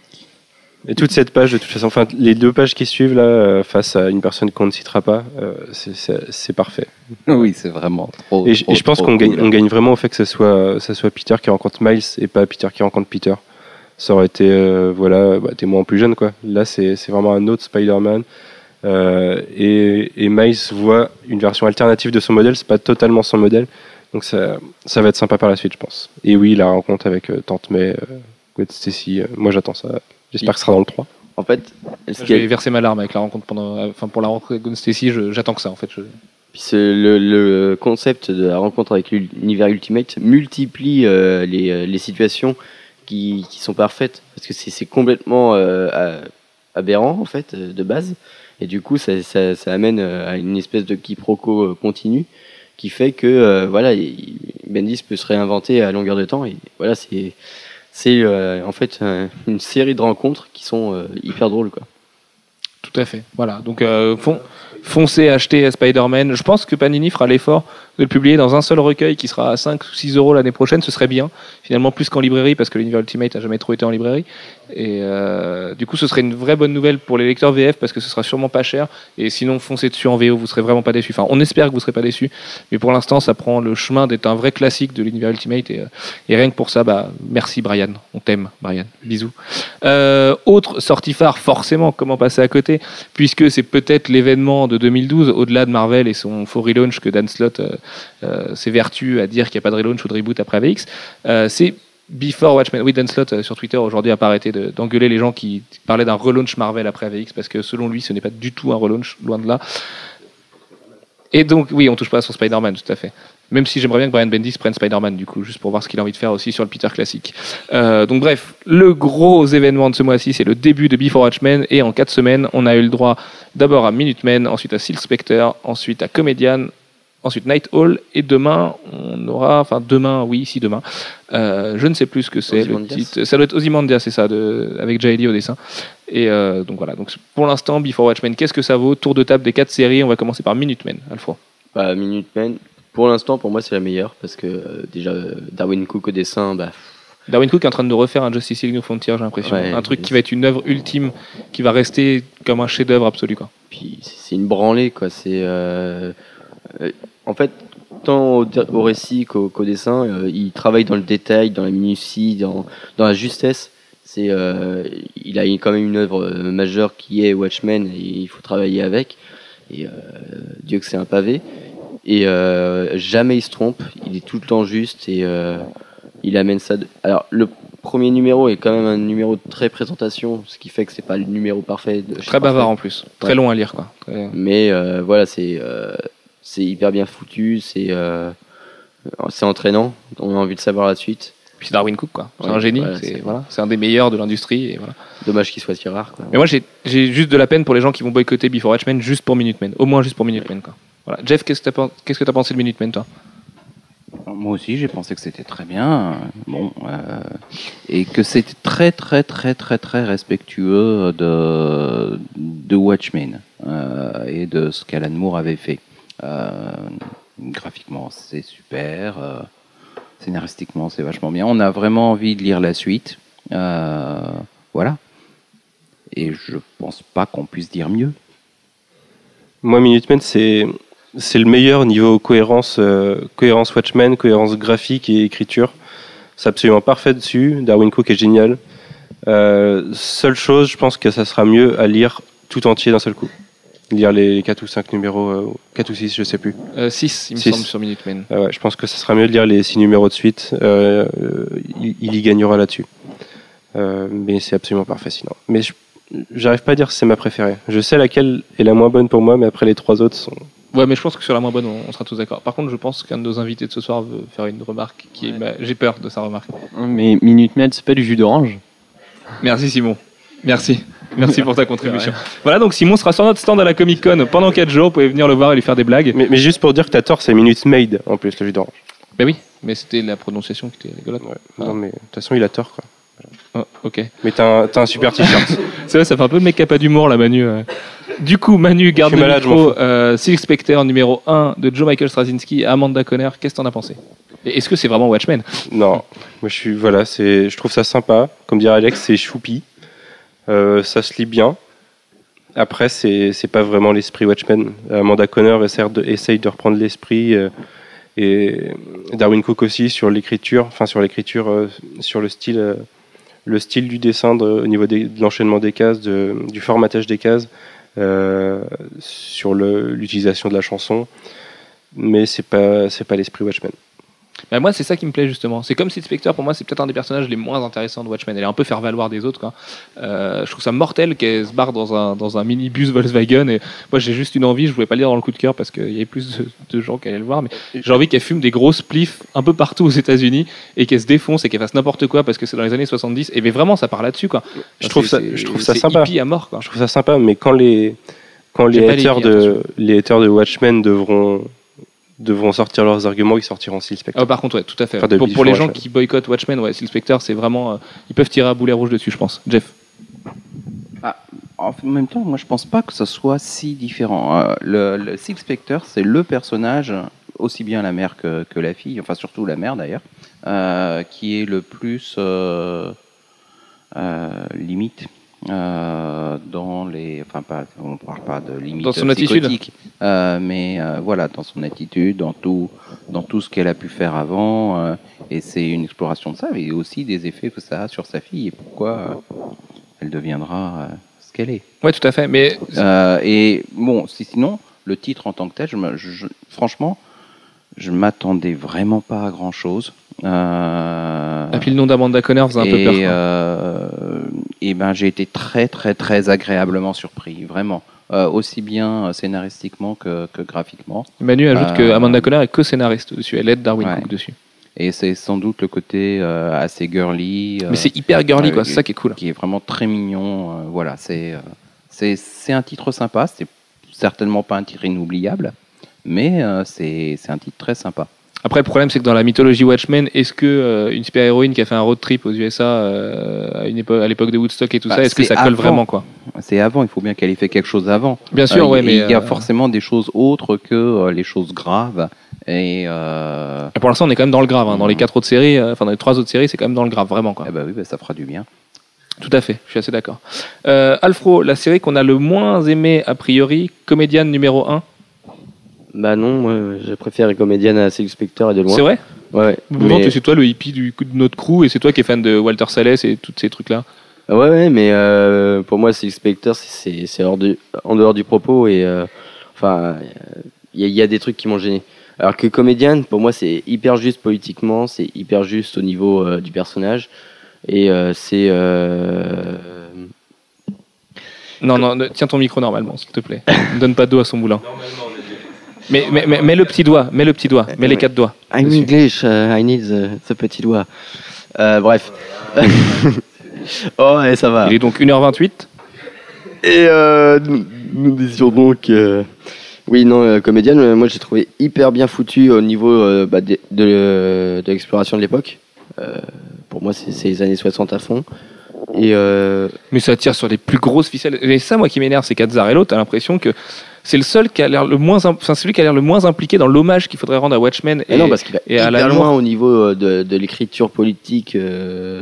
Et toute cette page, de toute façon, enfin, les deux pages qui suivent là, euh, face à une personne qu'on ne citera pas, euh, c'est, c'est, c'est parfait. Oui, c'est vraiment trop. Et, trop, et je pense trop qu'on cool. gagne, on gagne vraiment au fait que ce soit, ça soit Peter qui rencontre Miles et pas Peter qui rencontre Peter. Ça aurait été, euh, voilà, bah, t'es moins plus jeune, quoi. Là, c'est, c'est vraiment un autre Spider-Man. Euh, et, et Miles voit une version alternative de son modèle, c'est pas totalement son modèle. Donc ça, ça va être sympa par la suite, je pense. Et oui, la rencontre avec euh, Tante May, euh, Gwen Stacy, euh, moi j'attends ça. J'espère que ce sera dans le trois. En fait, je vais verser ma larme avec la rencontre pendant, enfin pour la rencontre avec Gwen Stacy, je, j'attends que ça en fait. Je... Puis c'est le, le concept de la rencontre avec l'univers Ultimate multiplie euh, les, les situations qui, qui sont parfaites parce que c'est, c'est complètement euh, aberrant en fait de base et du coup ça, ça, ça amène à une espèce de quiproquo continu qui fait que euh, voilà, Bendis peut se réinventer à longueur de temps et voilà c'est C'est euh, en fait euh, une série de rencontres qui sont euh, hyper drôles, quoi. Tout à fait. Voilà. Donc euh, fon- foncez acheter Spider-Man. Je pense que Panini fera l'effort de le publier dans un seul recueil qui sera à cinq ou six euros l'année prochaine. Ce serait bien. Finalement, plus qu'en librairie parce que l'univers Ultimate n'a jamais trop été en librairie. Et euh, du coup, ce serait une vraie bonne nouvelle pour les lecteurs V F parce que ce sera sûrement pas cher. Et sinon, foncez dessus en V O, vous serez vraiment pas déçus. Enfin, on espère que vous serez pas déçus. Mais pour l'instant, ça prend le chemin d'être un vrai classique de l'univers Ultimate. Et, et rien que pour ça, bah, merci Brian. On t'aime, Brian. Bisous. Euh, autre sortie phare, forcément, comment passer à côté, puisque c'est peut-être l'événement de deux mille douze, au-delà de Marvel et son faux relaunch que Dan Slott euh, euh, s'évertue à dire qu'il n'y a pas de relaunch ou de reboot après A V X. Euh, c'est Before Watchmen. Oui, Dan Slott euh, sur Twitter aujourd'hui a pas arrêté de, d'engueuler les gens qui parlaient d'un relaunch Marvel après A V X parce que selon lui, ce n'est pas du tout un relaunch, loin de là. Et donc, oui, on touche pas à son Spider-Man, tout à fait. Même si j'aimerais bien que Brian Bendis prenne Spider-Man, du coup, juste pour voir ce qu'il a envie de faire aussi sur le Peter classique. Euh, donc bref, le gros événement de ce mois-ci, c'est le début de Before Watchmen, et en quatre semaines, on a eu le droit d'abord à Minutemen, ensuite à Silk Spectre, ensuite à Comedian, ensuite Night Hall, et demain, on aura, enfin demain, oui, si demain, euh, je ne sais plus ce que c'est le titre. Ça doit être Ozymandias, c'est ça, de, avec Jaeli au dessin. Et euh, donc voilà, donc pour l'instant, Before Watchmen, qu'est-ce que ça vaut? Tour de table des quatre séries, on va commencer par Minutemen, Alfred. Bah, Minutemen, pour l'instant, pour moi, c'est la meilleure, parce que euh, déjà, Darwyn Cooke au dessin, bah... Darwyn Cooke est en train de nous refaire un Justice League New Frontier, j'ai l'impression. Ouais, un truc qui va être une œuvre ultime, qui va rester comme un chef-d'œuvre absolu, quoi. Puis c'est une branlée, quoi. C'est euh, euh, en fait tant au, au récit qu'au, qu'au dessin, euh, il travaille dans le détail, dans la minutie, dans dans la justesse. C'est euh, il a quand même une œuvre majeure qui est Watchmen et il faut travailler avec. Et euh, Dieu que c'est un pavé. Et euh, jamais il se trompe. Il est tout le temps juste et euh, il amène ça. De... Alors le premier numéro est quand même un numéro de très présentation, ce qui fait que c'est pas le numéro parfait. De très bavard en plus, très ouais. long à lire, quoi. Très... Mais euh, voilà, c'est euh, c'est hyper bien foutu, c'est euh, c'est entraînant. On a envie de savoir la suite. Puis c'est Darwyn Cooke, quoi. C'est ouais, un génie. Voilà, c'est, c'est... Voilà, c'est un des meilleurs de l'industrie. Et voilà. Dommage qu'il soit si rare, quoi. Mais moi, j'ai j'ai juste de la peine pour les gens qui vont boycotter Before Watchmen juste pour Minutemen. Au moins juste pour Minutemen, quoi. Voilà. Jeff, qu'est-ce que t'as qu'est-ce que t'as pensé de Minutemen, toi? Moi aussi, j'ai pensé que c'était très bien. Bon, euh, et que c'était très, très, très, très, très respectueux de, de Watchmen euh, et de ce qu'Alan Moore avait fait. Euh, graphiquement, c'est super. Euh, scénaristiquement, c'est vachement bien. On a vraiment envie de lire la suite. Euh, voilà. Et je pense pas qu'on puisse dire mieux. Moi, Minutemen, c'est c'est le meilleur niveau cohérence, euh, cohérence Watchmen, cohérence graphique et écriture. C'est absolument parfait dessus. Darwyn Cooke est génial. Euh, seule chose, je pense que ça sera mieux à lire tout entier d'un seul coup. Lire les quatre ou cinq numéros, euh, quatre ou six, je sais plus. Euh, six, il me Six. semble, sur Minutemen. Ah ouais, je pense que ça sera mieux de lire les six numéros de suite. Euh, euh, il, il y gagnera là-dessus. Euh, mais c'est absolument parfait sinon. Mais je, j'arrive pas à dire si c'est ma préférée. Je sais laquelle est la moins bonne pour moi, mais après les trois autres sont... Ouais, mais je pense que sur la moins bonne, on, on sera tous d'accord. Par contre, je pense qu'un de nos invités de ce soir veut faire une remarque qui est... Ouais. bah, j'ai peur de sa remarque. Mais Minutemen, c'est pas du jus d'orange. Merci Simon. Merci. Merci pour ta contribution. Voilà, donc Simon sera sur notre stand à la Comic Con pendant quatre jours. Vous pouvez venir le voir et lui faire des blagues. Mais, mais juste pour dire que t'as tort, c'est Minute Maid en plus, le jus d'orange. Ben oui, mais c'était la prononciation qui était rigolote. Ouais. Non, mais de toute façon, il a tort, quoi. Oh, ok. Mais t'as un, t'as un super t-shirt. C'est vrai, ça fait un peu le mec qui a pas d'humour là, Manu. euh. Du coup, Manu, garde Je suis le malade, je m'en micro. fous. Euh, Silk Spectre numéro un de Joe Michael Straczynski, Amanda Conner. Qu'est-ce que t'en as pensé? Et est-ce que c'est vraiment Watchmen? Non, moi je suis voilà, c'est, je trouve ça sympa. Comme dirait Alex, c'est choupi. Euh, ça se lit bien. Après, c'est c'est pas vraiment l'esprit Watchmen. Amanda Conner essaie de, essaye de reprendre l'esprit euh, et Darwyn Cooke aussi sur l'écriture, enfin sur l'écriture, euh, sur le style, euh, le style du dessin de, au niveau des, de l'enchaînement des cases, de, du formatage des cases, euh, sur le, l'utilisation de la chanson. Mais c'est pas c'est pas l'esprit Watchmen. Bah, moi, c'est ça qui me plaît justement. C'est comme Silk Spectre, pour moi, c'est peut-être un des personnages les moins intéressants de Watchmen. Elle est un peu faire valoir des autres, quoi. Euh, je trouve ça mortel qu'elle se barre dans un, dans un minibus Volkswagen. Et moi, j'ai juste une envie, je voulais pas le dire dans le coup de cœur parce qu'il y avait plus de, de gens qui allaient le voir, mais j'ai envie qu'elle fume des grosses spliffs un peu partout aux États-Unis et qu'elle se défonce et qu'elle fasse n'importe quoi parce que c'est dans les années soixante-dix. Et mais vraiment, ça part là-dessus, quoi. Je trouve ça, C'est- je trouve ça c'est sympa. hippie à mort, quoi. Je trouve ça sympa, mais quand les quand J'ai les pas les haters billes, de attention. les haters de Watchmen devront devront sortir leurs arguments, ils sortiront Silk Spectre. Ah, par contre, ouais, tout à fait. Enfin, de Pour, Bill pour les Ford, gens Watchmen. qui boycottent Watchmen, ouais, Silk Spectre, c'est vraiment, euh, ils peuvent tirer à boulet rouge dessus, je pense. Jeff. En même temps, moi je pense pas que ce soit si différent. Euh, le, le Silk Spectre, c'est le personnage, aussi bien la mère que, que la fille, enfin surtout la mère d'ailleurs, euh, qui est le plus euh, euh, limite euh, dans les. Enfin, pas, on ne parle pas de limite Dans son attitude. psychotique, euh, mais euh, voilà, dans son attitude, dans tout, dans tout ce qu'elle a pu faire avant, euh, et c'est une exploration de ça, mais aussi des effets que ça a sur sa fille et pourquoi euh, elle deviendra. Euh, qu'elle est. Ouais, tout à fait. Mais Euh, et bon, si, sinon, le titre en tant que tel, je me- je- je- franchement, je m'attendais vraiment pas à grand chose. Euh, et puis le nom d'Amanda Conner faisait un peu et, peur, quoi. euh, et ben, j'ai été très, très, très agréablement surpris, vraiment. Euh, aussi bien scénaristiquement que, que graphiquement. Manu ajoute Euh, que Amanda Conner est co-scénariste dessus. Elle aide Darwyn Ouais. Cooke dessus. Et c'est sans doute le côté euh, assez girly. euh, Mais c'est hyper girly, euh, quoi. C'est ça qui est cool. qui est vraiment très mignon. euh, voilà, c'est, euh, c'est c'est un titre sympa. C'est certainement pas un titre inoubliable, mais euh, c'est c'est un titre très sympa. Après, le problème, c'est que dans la mythologie Watchmen, est-ce que euh, une super-héroïne qui a fait un road trip aux U S A euh, à, une époque, à l'époque de Woodstock et tout Bah, ça, est-ce que c'est ça colle avant. vraiment, quoi? C'est avant. Il faut bien qu'elle ait fait quelque chose avant. Bien sûr, Euh, ouais, il- mais il y a euh, forcément des choses autres que euh, les choses graves. Et euh, pour l'instant, on est quand même dans le grave. Hein. Dans les quatre autres séries, euh, enfin dans les trois autres séries, c'est quand même dans le grave, vraiment, quoi. eh ben oui, ben ça fera du bien. Tout à fait. Je suis assez d'accord. Euh, Alfro, la série qu'on a le moins aimée a priori, comédienne numéro un. Bah non, moi je préfère les comédiennes à Silk Spectre et de loin. C'est vrai? Ouais, ouais. Bon, Mais- c'est toi le hippie du coup de notre crew et c'est toi qui es fan de Walter Salles et tous ces trucs-là. Ouais, ouais, mais euh, pour moi, Silk Spectre, c'est- c'est c'est hors du, en dehors du propos et euh, enfin, il y, a- il y a des trucs qui m'ont gêné. Alors que comédienne, pour moi, c'est hyper juste politiquement, c'est hyper juste au niveau euh, du personnage et euh, c'est euh, Non, non, ne- tiens ton micro normalement, s'il te plaît. Ne donne pas d'eau à son moulin. Mais, mais, mais, mets le petit doigt, mets le petit doigt, mets les quatre doigts. I'm dessus. English, uh, I need the, the petit doigt. Euh, bref. Oh, ouais, ça va. Il est donc une heure vingt-huit. Et euh, nous, nous disions donc euh, Oui, non, euh, Comédienne, euh, moi j'ai trouvé hyper bien foutu au niveau euh, bah, de, de, de l'exploration de l'époque. Euh, pour moi, c'est, c'est les années soixante à fond. Et euh, Mais ça tire sur les plus grosses ficelles. Et ça, moi, qui m'énerve, c'est qu'Azzarello, t'as l'impression que c'est le seul qui a l'air le moins, im- enfin celui qui a l'air le moins impliqué dans l'hommage qu'il faudrait rendre à Watchmen. mais Et, non, parce qu'il va et à hyper l'amour. loin au niveau euh, de, de l'écriture politique. Euh...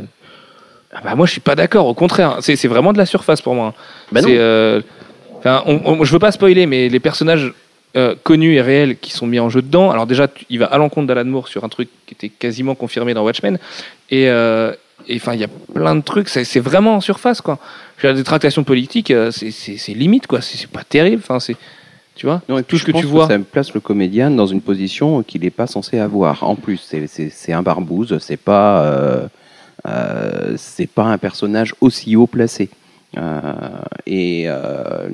Ah bah moi, je suis pas d'accord. Au contraire, c'est, c'est vraiment de la surface pour moi. Bah non. c'est, euh, enfin, on, on- je veux pas spoiler, mais les personnages euh, connus et réels qui sont mis en jeu dedans. Alors déjà, tu- il va à l'encontre d'Alan Moore sur un truc qui était quasiment confirmé dans Watchmen. Et euh, et, enfin, il y a plein de trucs. C'est, c'est vraiment en surface, quoi. Je veux dire, des tractations politiques, euh, c'est, c'est, c'est limite, quoi. C'est, c'est pas terrible. Enfin, c'est, tu vois, Non, et tout puis ce je que pense tu vois. ça place le comédien dans une position qu'il n'est pas censé avoir. En plus, c'est, c'est, c'est un barbouze, c'est pas, euh, euh, c'est pas un personnage aussi haut placé. Euh, et euh,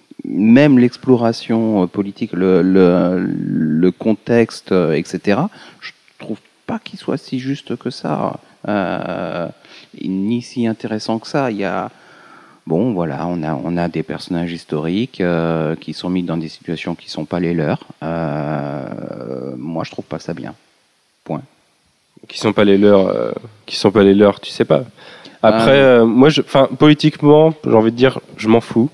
même l'exploration politique, le, le, le contexte, euh, et cetera, je trouve pas qu'il soit si juste que ça, euh, ni si intéressant que ça. Il y a Bon, voilà, on a, on a des personnages historiques euh, qui sont mis dans des situations qui ne sont pas les leurs. Euh, moi, je trouve pas ça bien. Point. Qui sont pas les leurs, euh, qui sont pas les leurs, tu sais pas. Après, Ah, euh, moi, je, enfin, politiquement, j'ai envie de dire, je m'en fous.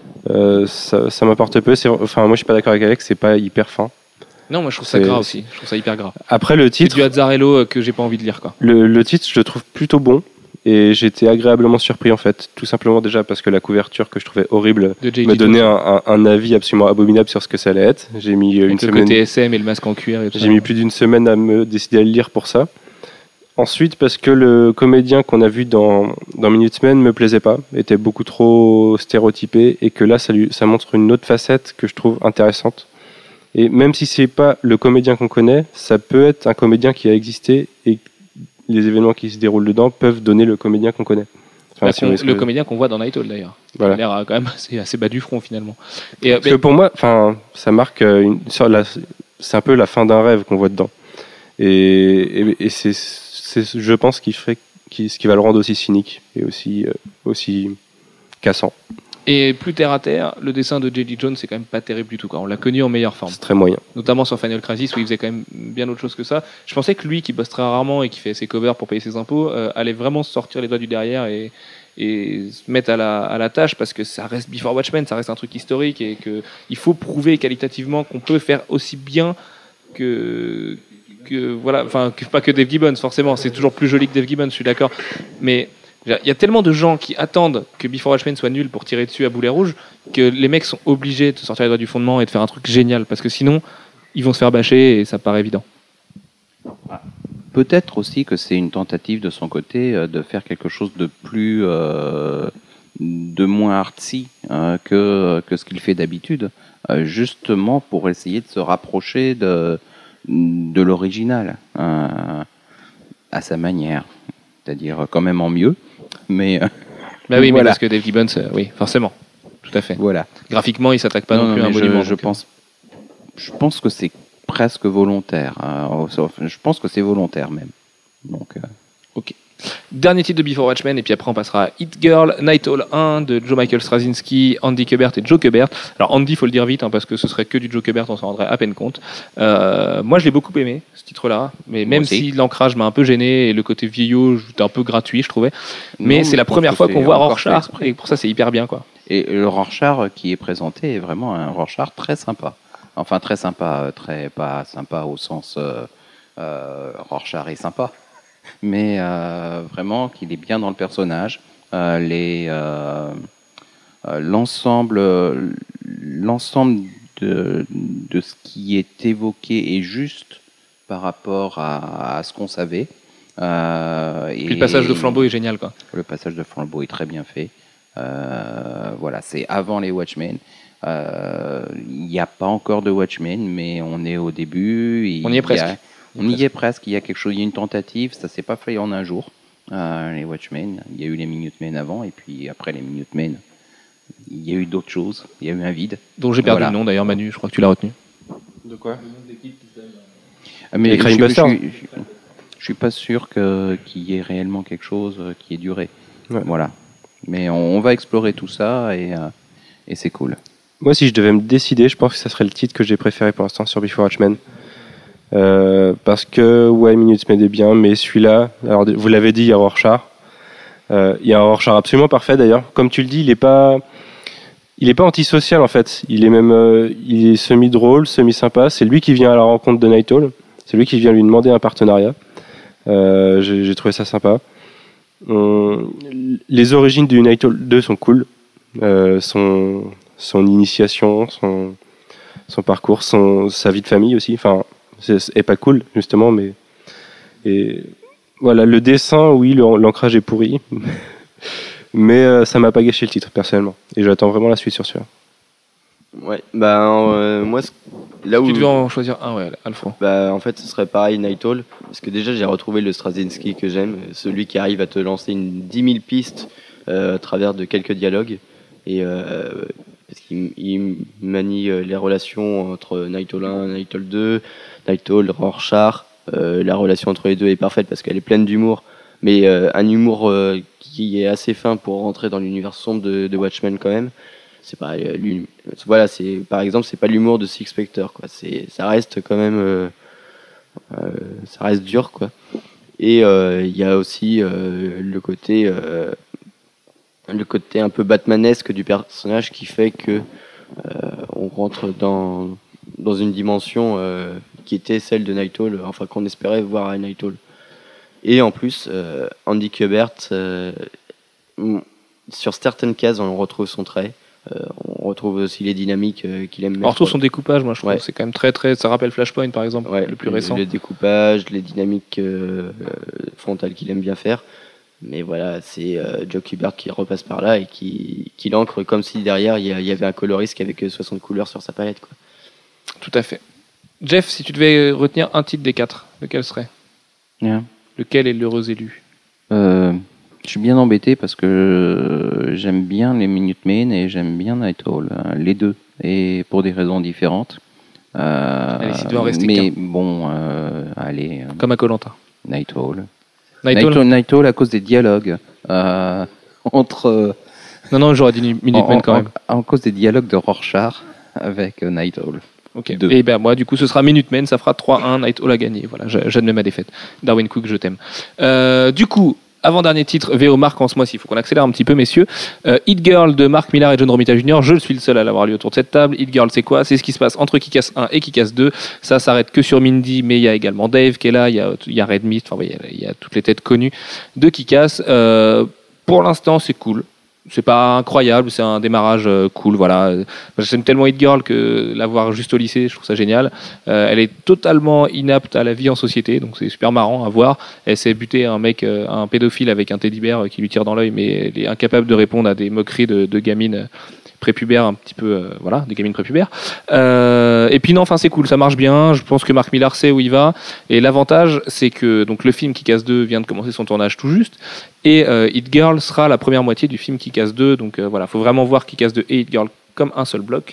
Euh, ça, ça m'apporte peu. C'est, enfin, moi, je suis pas d'accord avec Alex. C'est pas hyper fin. Non, moi je trouve ça C'est- gras aussi. Je trouve ça hyper gras. Après, le C'est titre, du Azzarello euh, que j'ai pas envie de lire, quoi. le, le titre, je le trouve plutôt bon. Et j'étais agréablement surpris en fait, tout simplement déjà parce que la couverture que je trouvais horrible De J J me donnait Jones. un, un- un avis absolument abominable sur ce que ça allait être. J'ai mis euh, une Avec le semaine, côté S M et le masque en cuir et tout j'ai ça. mis plus d'une semaine à me décider à le lire pour ça. Ensuite, parce que le comédien qu'on a vu dans, dans Minutemen me plaisait pas, était beaucoup trop stéréotypé et que là, ça, lui, ça montre une autre facette que je trouve intéressante. Et même si c'est pas le comédien qu'on connaît, ça peut être un comédien qui a existé et les événements qui se déroulent dedans peuvent donner le comédien qu'on connaît. Enfin, Bah, si qu'on- vous voyez ce que le je veux dire. comédien qu'on voit dans Night Owl d'ailleurs. Voilà. Il a l'air euh, quand même assez, assez bas du front finalement. Et, euh, Parce que pour moi, enfin, ça marque euh, une, sur la, c'est un peu la fin d'un rêve qu'on voit dedans. Et, et, et c'est, c'est, je pense, qu'il ferait, qui, ce qui va le rendre aussi cynique et aussi, euh, aussi cassant. et plus terre à terre, le dessin de J J Jones c'est quand même pas terrible du tout, quoi. On l'a connu en meilleure forme. C'est très moyen. Notamment sur Final Crisis où il faisait quand même bien autre chose que ça. Je pensais que lui qui bosse très rarement et qui fait ses covers pour payer ses impôts euh, allait vraiment sortir les doigts du derrière et, et se mettre à la, à la tâche parce que ça reste Before Watchmen, ça reste un truc historique et qu'il faut prouver qualitativement qu'on peut faire aussi bien que, que voilà, enfin que, pas que Dave Gibbons forcément, c'est toujours plus joli que Dave Gibbons, je suis d'accord, mais il y a tellement de gens qui attendent que Before Watchmen soit nul pour tirer dessus à boulet rouge que les mecs sont obligés de sortir les doigts du fondement et de faire un truc génial parce que sinon ils vont se faire bâcher et ça paraît évident. Peut-être aussi que c'est une tentative de son côté euh, de faire quelque chose de plus, euh, de moins artsy euh, que, que ce qu'il fait d'habitude, euh, justement pour essayer de se rapprocher de, de l'original euh, à sa manière, c'est-à-dire quand même en mieux, mais euh, Bah oui, mais Voilà. parce que Dave Gibbons, euh, oui, forcément, tout à fait. voilà. Graphiquement, il s'attaque pas non, Non, plus à un mais je, monument. je donc, euh, pense, je pense que c'est presque volontaire. hein. Je pense que c'est volontaire même. Donc, euh, Dernier titre de Before Watchmen, et puis après on passera à Hit Girl, Night Owl un de Joe Michael Straczynski, Andy Kubert et Joe Kubert. Alors Andy, faut le dire vite, hein, parce que ce serait que du Joe Kubert, on s'en rendrait à peine compte. Euh, moi je l'ai beaucoup aimé, ce titre-là, mais Moi même aussi. si l'ancrage m'a un peu gêné et le côté vieillot, c'était un peu gratuit, je trouvais. Mais non, c'est la je pense première que fois c'est qu'on voit encore fait Rorschach, exprès. et pour ça c'est hyper bien, quoi. Et le Rorschach qui est présenté est vraiment un Rorschach très sympa. Enfin, très sympa, euh, très pas sympa au sens euh, euh, Rorschach est sympa, mais euh, vraiment qu'il est bien dans le personnage. Euh, les, euh, euh, l'ensemble, euh, l'ensemble de, de ce qui est évoqué est juste par rapport à, à ce qu'on savait. Euh, Puis le passage de flambeau est génial, quoi. Le passage de flambeau est très bien fait. Euh, voilà, c'est avant les Watchmen. Euh, Il n'y a pas encore de Watchmen, mais on est au début. On y est Il presque. a- on y est presque. Il y a quelque chose, il y a une tentative. Ça s'est pas fait en un jour. Euh, les Watchmen. Il y a eu les Minutemen avant, et puis après les Minutemen, il y a eu d'autres choses. Il y a eu un vide. Dont j'ai perdu Voilà. le nom d'ailleurs, Manu, je crois que tu l'as retenu. De quoi Ah, Mais Les je, Crime je, Busters. je, je, je suis pas sûr que qu'il y ait réellement quelque chose euh, qui ait duré. Ouais. Voilà. Mais on, on va explorer tout ça et, euh, et c'est cool. Moi, si je devais me décider, je pense que ça serait le titre que j'ai préféré pour l'instant sur Before Watchmen. Euh, parce que, ouais, Minutemen est bien, mais celui-là, alors vous l'avez dit, il y a Rorschach. Euh, il y a un Rorschach absolument parfait d'ailleurs. Comme tu le dis, il est pas, il est pas antisocial en fait. Il est même, euh, il est semi-drôle, semi-sympa. C'est lui qui vient à la rencontre de Night Owl. C'est lui qui vient lui demander un partenariat. Euh, j'ai, j'ai trouvé ça sympa. On, les origines du Night Owl deux sont cool. Euh, son, son initiation, son, son parcours, son, sa vie de famille aussi. Enfin, c'est, c'est pas cool justement, mais et voilà, le dessin, oui, le, l'ancrage est pourri, mais euh, ça m'a pas gâché le titre personnellement. Et j'attends vraiment la suite sur celui-là. Ouais, bah euh, moi, là où Tu devais en choisir un, ouais, Alfred. Bah, en fait, ce serait pareil, Night Owl, parce que déjà, j'ai retrouvé le Straczynski que j'aime, celui qui arrive à te lancer une dix mille pistes euh, à travers de quelques dialogues, et euh, parce qu'il il manie euh, les relations entre Night Owl un, Night Owl deux, Night Owl, Rorschach. Euh, la relation entre les deux est parfaite parce qu'elle est pleine d'humour, mais euh, un humour euh, qui est assez fin pour rentrer dans l'univers sombre de, de Watchmen quand même. C'est pas euh, voilà, c'est par exemple, c'est pas l'humour de Six Spectre, quoi. C'est, ça reste quand même, euh, euh, ça reste dur, quoi. Et il euh, y a aussi euh, le côté, euh, le côté un peu batmanesque du personnage qui fait que euh, on rentre dans dans une dimension euh, qui était celle de Night Owl, enfin qu'on espérait voir à Night Owl. Et en plus, euh, Andy Kubert, euh, sur certaines cases, on retrouve son trait. Euh, on retrouve aussi les dynamiques euh, qu'il aime mettre. Alors tout son découpage, moi je trouve, ouais. c'est quand même très très. Ça rappelle Flashpoint par exemple, ouais, le plus le, récent. Le découpage, les dynamiques euh, frontales qu'il aime bien faire. Mais voilà, c'est euh, Joe Kubert qui repasse par là et qui, qui l'ancre comme si derrière il y, y avait un coloriste qui avait que soixante couleurs sur sa palette, quoi. Tout à fait. Jeff, si tu devais retenir un titre des quatre, lequel serait yeah. Lequel est l'heureux élu euh, Je suis bien embêté parce que j'aime bien les Minutemen et j'aime bien Night Owl, les deux, et pour des raisons différentes. Euh, allez, s'il doit en rester mais qu'un. bon, euh, allez. Euh, Comme à Koh-Lanta. Night Owl. Night, Night, Owl. Owl, Night Owl à cause des dialogues euh, entre. Non, non, j'aurais dit Minutemen quand même. En, en cause des dialogues de Rorschach avec Night Owl. Ok. Deux. Et ben moi, du coup, ce sera Minutemen, ça fera trois un, Night Owl a gagné. Voilà, j'admets ma défaite. Darwin Cook, je t'aime. Euh, du coup, avant-dernier titre, V O Marc en ce mois-ci, il faut qu'on accélère un petit peu, messieurs. Euh, Hit Girl de Mark Millar et John Romita junior Je suis le seul à l'avoir lu autour de cette table. Hit Girl, c'est quoi? C'est ce qui se passe entre Kick-Ass un et Kick-Ass deux. Ça s'arrête que sur Mindy, mais il y a également Dave qui est là, il y a, il y a Red Mist, enfin, il y a toutes les têtes connues de Kick-Ass. Euh, pour l'instant, c'est cool. C'est pas incroyable, c'est un démarrage euh, cool, voilà. J'aime tellement Hit Girl que l'avoir juste au lycée, je trouve ça génial. Euh, elle est totalement inapte à la vie en société, donc c'est super marrant à voir. Elle s'est butée un mec, euh, un pédophile avec un teddy bear qui lui tire dans l'œil, mais elle est incapable de répondre à des moqueries de, de gamines prépubères, un petit peu, euh, voilà, des gamines prépubères. Euh, et puis non, enfin c'est cool, ça marche bien. Je pense que Mark Millar sait où il va. Et l'avantage, c'est que donc le film Kick-Ass deux vient de commencer son tournage tout juste. Et euh, Hit Girl sera la première moitié du film Kick-Ass deux. Donc euh, voilà, faut vraiment voir Kick-Ass deux et Hit Girl comme un seul bloc.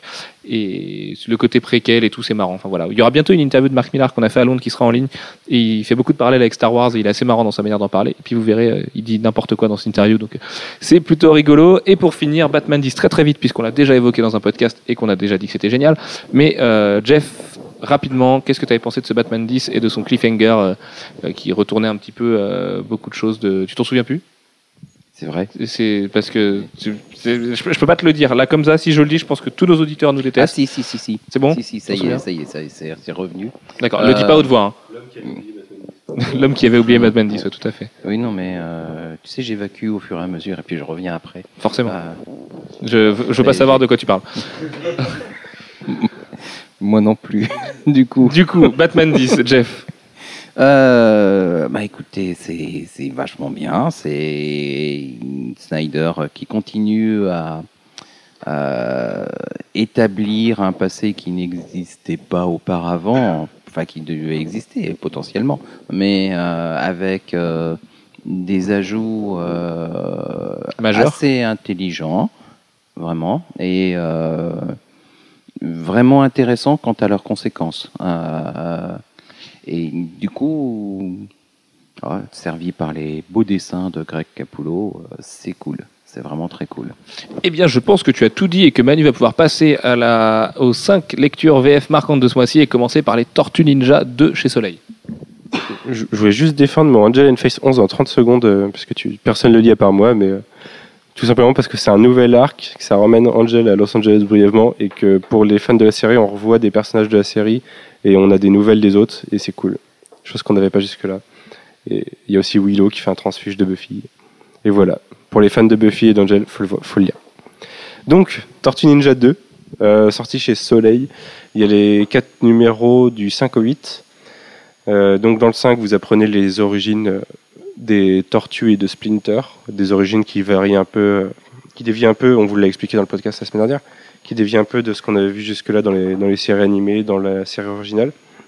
Et le côté préquel et tout, c'est marrant. Enfin voilà, il y aura bientôt une interview de Mark Millar qu'on a fait à Londres qui sera en ligne. Et il fait beaucoup de parallèles avec Star Wars et il est assez marrant dans sa manière d'en parler. Et puis vous verrez, euh, il dit n'importe quoi dans cette interview. Donc euh, c'est plutôt rigolo. Et pour finir, Batman dix très très vite, puisqu'on l'a déjà évoqué dans un podcast et qu'on a déjà dit que c'était génial. Mais euh, Jeff, rapidement, qu'est-ce que tu avais pensé de ce Batman dix et de son cliffhanger euh, qui retournait un petit peu euh, beaucoup de choses de... Tu t'en souviens plus ? C'est vrai. C'est parce que c'est, c'est, je, peux, je peux pas te le dire. Là, comme ça, si je le dis, je pense que tous nos auditeurs nous détestent. Ah si, si, si, si. C'est bon ? Si, si, ça y est, ça y est, ça y est, c'est, c'est revenu. D'accord, euh... le dis pas haute voix. Hein. L'homme qui avait oublié Batman dix, ouais, tout à fait. Oui, non, mais euh, tu sais, j'évacue au fur et à mesure et puis je reviens après. Forcément. Euh... Je, je veux pas savoir de quoi tu parles. Moi non plus, du coup. Du coup, Batman dix, Jeff. Euh, bah écoutez, c'est, c'est vachement bien. C'est Snyder qui continue à, à établir un passé qui n'existait pas auparavant, enfin qui devait exister potentiellement, mais euh, avec euh, des ajouts euh, assez intelligents, vraiment, et euh, vraiment intéressants quant à leurs conséquences. Euh, Et du coup, ah, servi par les beaux dessins de Greg Capullo, c'est cool. c'est vraiment très cool. Eh bien, je pense que tu as tout dit et que Manu va pouvoir passer à la, aux cinq lectures V F marquantes de ce mois-ci et commencer par les Tortues Ninja de chez Soleil. Je je voulais juste défendre mon Angel and Face onze en trente secondes, euh, parce que tu, personne ne le dit à part moi, mais euh, tout simplement parce que c'est un nouvel arc, que ça ramène Angel à Los Angeles brièvement, et que pour les fans de la série, on revoit des personnages de la série, et on a des nouvelles des autres, et c'est cool. Chose qu'on n'avait pas jusque-là. Et il y a aussi Willow qui fait un transfuge de Buffy. Et voilà, pour les fans de Buffy et d'Angel, faut le, vo- faut le lire. Donc, Tortue Ninja deux, euh, sorti chez Soleil. Il y a les quatre numéros du cinq au huit. Euh, donc dans le cinq, vous apprenez les origines euh, des tortues et de Splinter, des origines qui varient un peu, euh, qui dévient un peu, on vous l'a expliqué dans le podcast la semaine dernière, qui dévient un peu de ce qu'on avait vu jusque-là dans les, dans les séries animées, dans la série originale.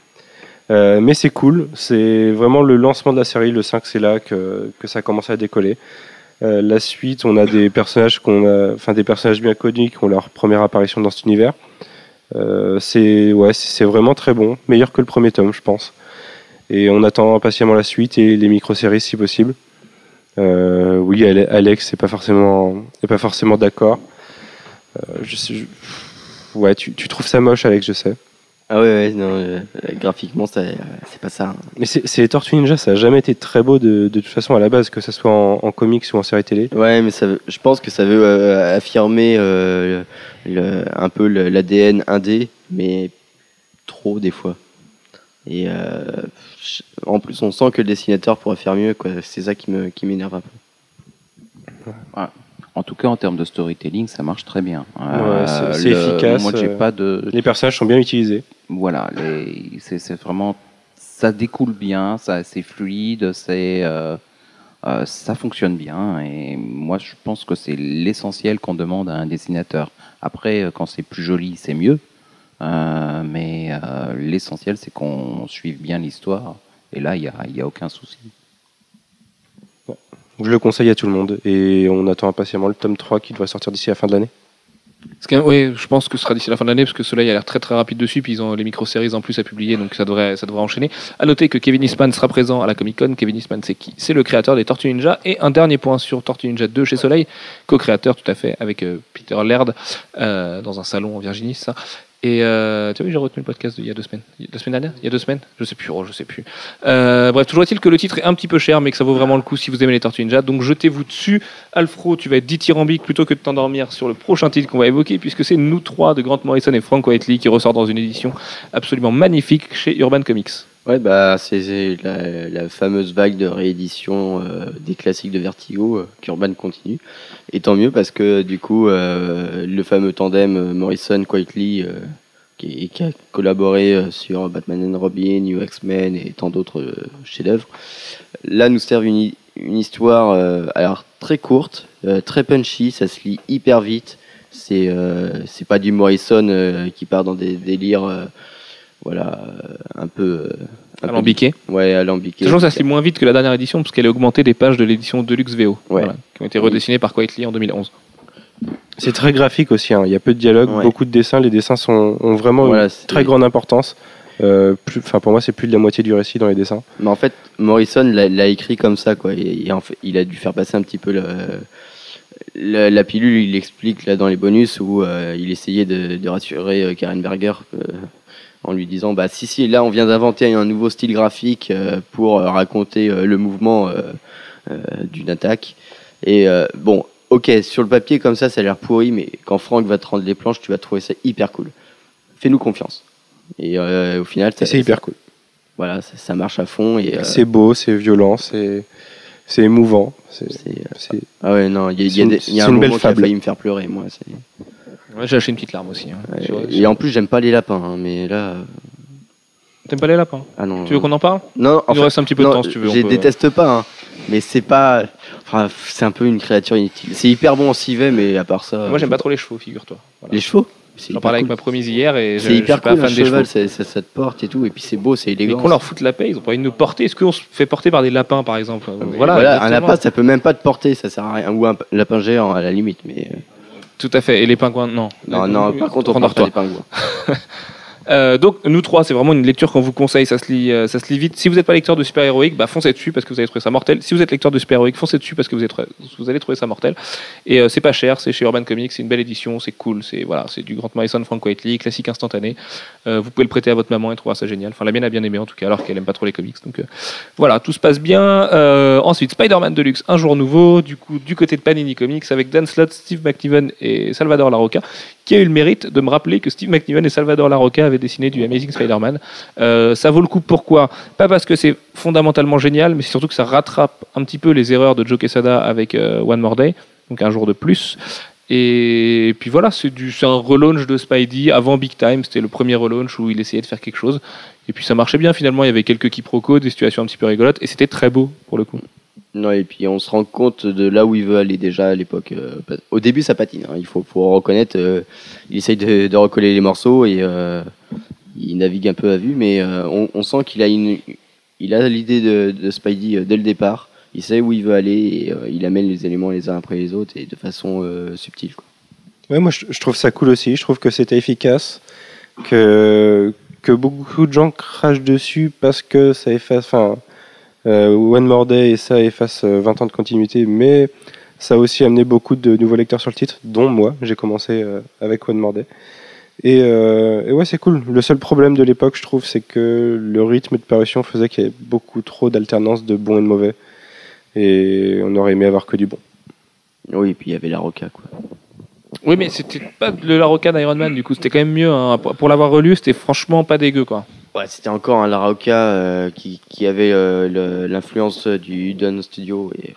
Euh, mais c'est cool, c'est vraiment le lancement de la série, le cinq c'est là que, que ça a commencé à décoller. Euh, la suite, on a des personnages qu'on a, enfin des personnages bien connus qui ont leur première apparition dans cet univers. Euh, c'est ouais, c'est c'est vraiment très bon, meilleur que le premier tome, je pense. Et on attend impatiemment la suite et les micro-séries si possible. Euh, oui, Ale- Alex n'est pas forcément, est pas forcément d'accord. Euh, je sais, je- ouais, tu, tu trouves ça moche, Alex, je sais. Ah ouais, ouais, non, euh, graphiquement, ça, euh, c'est pas ça. hein. Mais c'est c'est les Tortues Ninja, ça a jamais été très beau de, de toute façon à la base, que ce soit en, en comics ou en série télé. Ouais, mais ça, veut- je pense que ça veut euh, affirmer euh, le- un peu le- l'A D N indé, mais trop des fois. Et euh, je- en plus, on sent que le dessinateur pourrait faire mieux, quoi. C'est ça qui me, qui m'énerve un peu. En tout cas, en termes de storytelling, ça marche très bien. Ouais, c'est- c'est le- efficace, Moi, j'ai euh, pas de. Les personnages sont bien utilisés. Voilà, les... c'est c'est vraiment. Ça découle bien, ça, c'est fluide, c'est. euh, euh, ça fonctionne bien. Et moi, je pense que c'est l'essentiel qu'on demande à un dessinateur. Après, euh, quand c'est plus joli, c'est mieux. Euh, mais euh, l'essentiel, c'est qu'on suive bien l'histoire. Et là, il n'y a, il y a aucun souci. Je le conseille à tout le monde et on attend impatiemment le tome trois qui doit sortir d'ici la fin de l'année. Parce que, oui, je pense que ce sera d'ici la fin de l'année, parce que Soleil a l'air très très rapide dessus, puis ils ont les micro-séries en plus à publier, donc ça devrait, ça devrait enchaîner. À noter que Kevin Eastman sera présent à la Comic-Con. Kevin Eastman, c'est qui? C'est le créateur des Tortues Ninja. Et un dernier point sur Tortues Ninja deux chez Soleil, co-créateur tout à fait avec euh, Peter Laird, euh, dans un salon en Virginie, ça. Et euh, tu as vu, j'ai retenu le podcast d'il y a deux semaines. La semaine dernière? Il y a deux semaines? Je sais plus, oh, je sais plus. Euh, bref, toujours est-il que le titre est un petit peu cher, mais que ça vaut vraiment le coup si vous aimez les Tortues Ninja. Donc jetez-vous dessus. Alfro, tu vas être dithyrambique plutôt que de t'endormir sur le prochain titre qu'on va évoquer, puisque c'est Nous trois de Grant Morrison et Frank Whiteley qui ressort dans une édition absolument magnifique chez Urban Comics. Ouais, bah, c'est c'est la, la fameuse vague de réédition euh, des classiques de Vertigo euh, qu'Urban continue. Et tant mieux parce que du coup, euh, le fameux tandem euh, Morrison-Quitely euh, qui, qui a collaboré euh, sur Batman and Robin, New X-Men et tant d'autres euh, chefs-d'œuvre, là nous servent une, une histoire euh, alors très courte, euh, très punchy, ça se lit hyper vite. C'est euh, c'est pas du Morrison euh, qui part dans des délires. Euh, Voilà, euh, un peu. Euh, un Alambiqué. peu, ouais, alambiqué. Sachant que ça se lit moins vite que la dernière édition, parce qu'elle est augmentée des pages de l'édition Deluxe V O, Ouais. voilà, qui ont été redessinées par Whiteley en deux mille onze. C'est très graphique aussi, hein. Il y a peu de dialogue, Ouais. beaucoup de dessins. Les dessins sont, ont vraiment Voilà, une c'est- très grande importance. Euh, plus- enfin, pour moi, c'est plus de la moitié du récit dans les dessins. Mais en fait, Morrison l'a, l'a écrit comme ça, quoi. Et, et en fait, il a dû faire passer un petit peu le, la, la pilule. Il explique là dans les bonus où euh, il essayait de, de rassurer euh, Karen Berger euh, en lui disant bah si si là on vient d'inventer un nouveau style graphique euh, pour euh, raconter euh, le mouvement euh, euh, d'une attaque. Et euh, bon, ok, sur le papier comme ça, ça a l'air pourri, mais quand Franck va te rendre les planches, tu vas trouver ça hyper cool. Fais-nous confiance. Et euh, au final, Et c'est hyper cool. Voilà, ça, ça marche à fond. Et, euh, C'est beau, c'est violent, c'est c'est émouvant. C'est c'est, euh, c'est- ah ouais, non, il y a, il y a, C'est une- des- il y a c'est un une belle moment qui a fable. failli me faire pleurer, moi. C'est... Ouais, j'ai lâché une petite larme aussi. hein. Ouais, Sur- et en plus, j'aime pas les lapins, hein, mais là. euh, T'aimes pas les lapins? Ah non. Tu veux qu'on en parle? Non, Il nous reste un petit peu de non, temps si tu veux. on Je les peut- déteste pas, hein, mais c'est pas. Enfin, c'est un peu une créature inutile. C'est hyper bon en civet, mais à part ça. Moi j'aime pas trop les chevaux, figure-toi. Voilà. Les chevaux. C'est J'en hyper parlais avec cool. ma promise hier et je, C'est je hyper suis pas cool, un fan des chevaux. cheval, ça, ça, ça te porte et tout, et puis c'est beau, c'est Et élégant. qu'on leur fout la paix, ils ont pas envie de nous porter. Est-ce qu'on se fait porter par des lapins par exemple? Mais Voilà, voilà, un exactement. lapin, ça peut même pas te porter, ça sert à rien. Ou un lapin géant à la limite, mais. euh, Tout à fait. Et les pingouins, non. Non, non, par contre, on porte pas Rendors-toi. les pingouins. Euh, donc nous trois, c'est vraiment une lecture qu'on vous conseille, ça se lit, euh, ça se lit vite. Si vous n'êtes pas lecteur de super-héroïque, bah foncez dessus parce que vous allez trouver ça mortel. Si vous êtes lecteur de super-héroïque, foncez dessus parce que vous, êtes, vous allez trouver ça mortel. Et euh, c'est pas cher, c'est chez Urban Comics, c'est une belle édition, c'est cool, c'est voilà, c'est du Grant Morrison, Frank Whiteley, classique instantané. Euh, vous pouvez le prêter à votre maman et trouver ça génial. Enfin la mienne a bien aimé en tout cas, alors qu'elle aime pas trop les comics. Donc euh, voilà, tout se passe bien. Euh, ensuite Spider-Man Deluxe, un jour nouveau, du coup du côté de Panini Comics avec Dan Slott, Steve McNiven et Salvador Larroca, qui a eu le mérite de me rappeler que Steve McNiven et Salvador Larroca avaient dessiné du Amazing Spider-Man. Euh, ça vaut le coup, pourquoi ? Pas parce que c'est fondamentalement génial, mais c'est surtout que ça rattrape un petit peu les erreurs de Joe Quesada avec euh, One More Day, donc un jour de plus. Et puis voilà, c'est, du, c'est un relaunch de Spidey avant Big Time, c'était le premier relaunch où il essayait de faire quelque chose. Et puis ça marchait bien finalement, il y avait quelques quiproquos, des situations un petit peu rigolotes, et c'était très beau pour le coup. Non, et puis on se rend compte de là où il veut aller déjà à l'époque. Euh, au début, ça patine, hein, il faut, faut reconnaître. Euh, il essaye de, de recoller les morceaux et euh, il navigue un peu à vue, mais euh, on, on sent qu'il a, une, il a l'idée de, de Spidey euh, dès le départ. Il sait où il veut aller et euh, il amène les éléments les uns après les autres et de façon euh, subtile, quoi. Ouais, moi je, je trouve ça cool aussi. Je trouve que c'était efficace, que, que beaucoup de gens crachent dessus parce que ça efface. Enfin, euh, One More Day et ça efface vingt ans de continuité, mais ça a aussi amené beaucoup de nouveaux lecteurs sur le titre, dont moi. J'ai commencé euh, avec One More Day. Et, euh, et ouais, c'est cool. Le seul problème de l'époque, je trouve, c'est que le rythme de parution faisait qu'il y avait beaucoup trop d'alternance de bons et de mauvais. Et on aurait aimé avoir que du bon. Oui, et puis il y avait la Roca, quoi. Oui, mais c'était pas le Larroca d'Iron Man, du coup, c'était quand même mieux. Hein. Pour l'avoir relu, c'était franchement pas dégueu, quoi. Ouais, c'était encore un Larroca euh, qui, qui avait euh, le, l'influence du Hudson Studio. Et...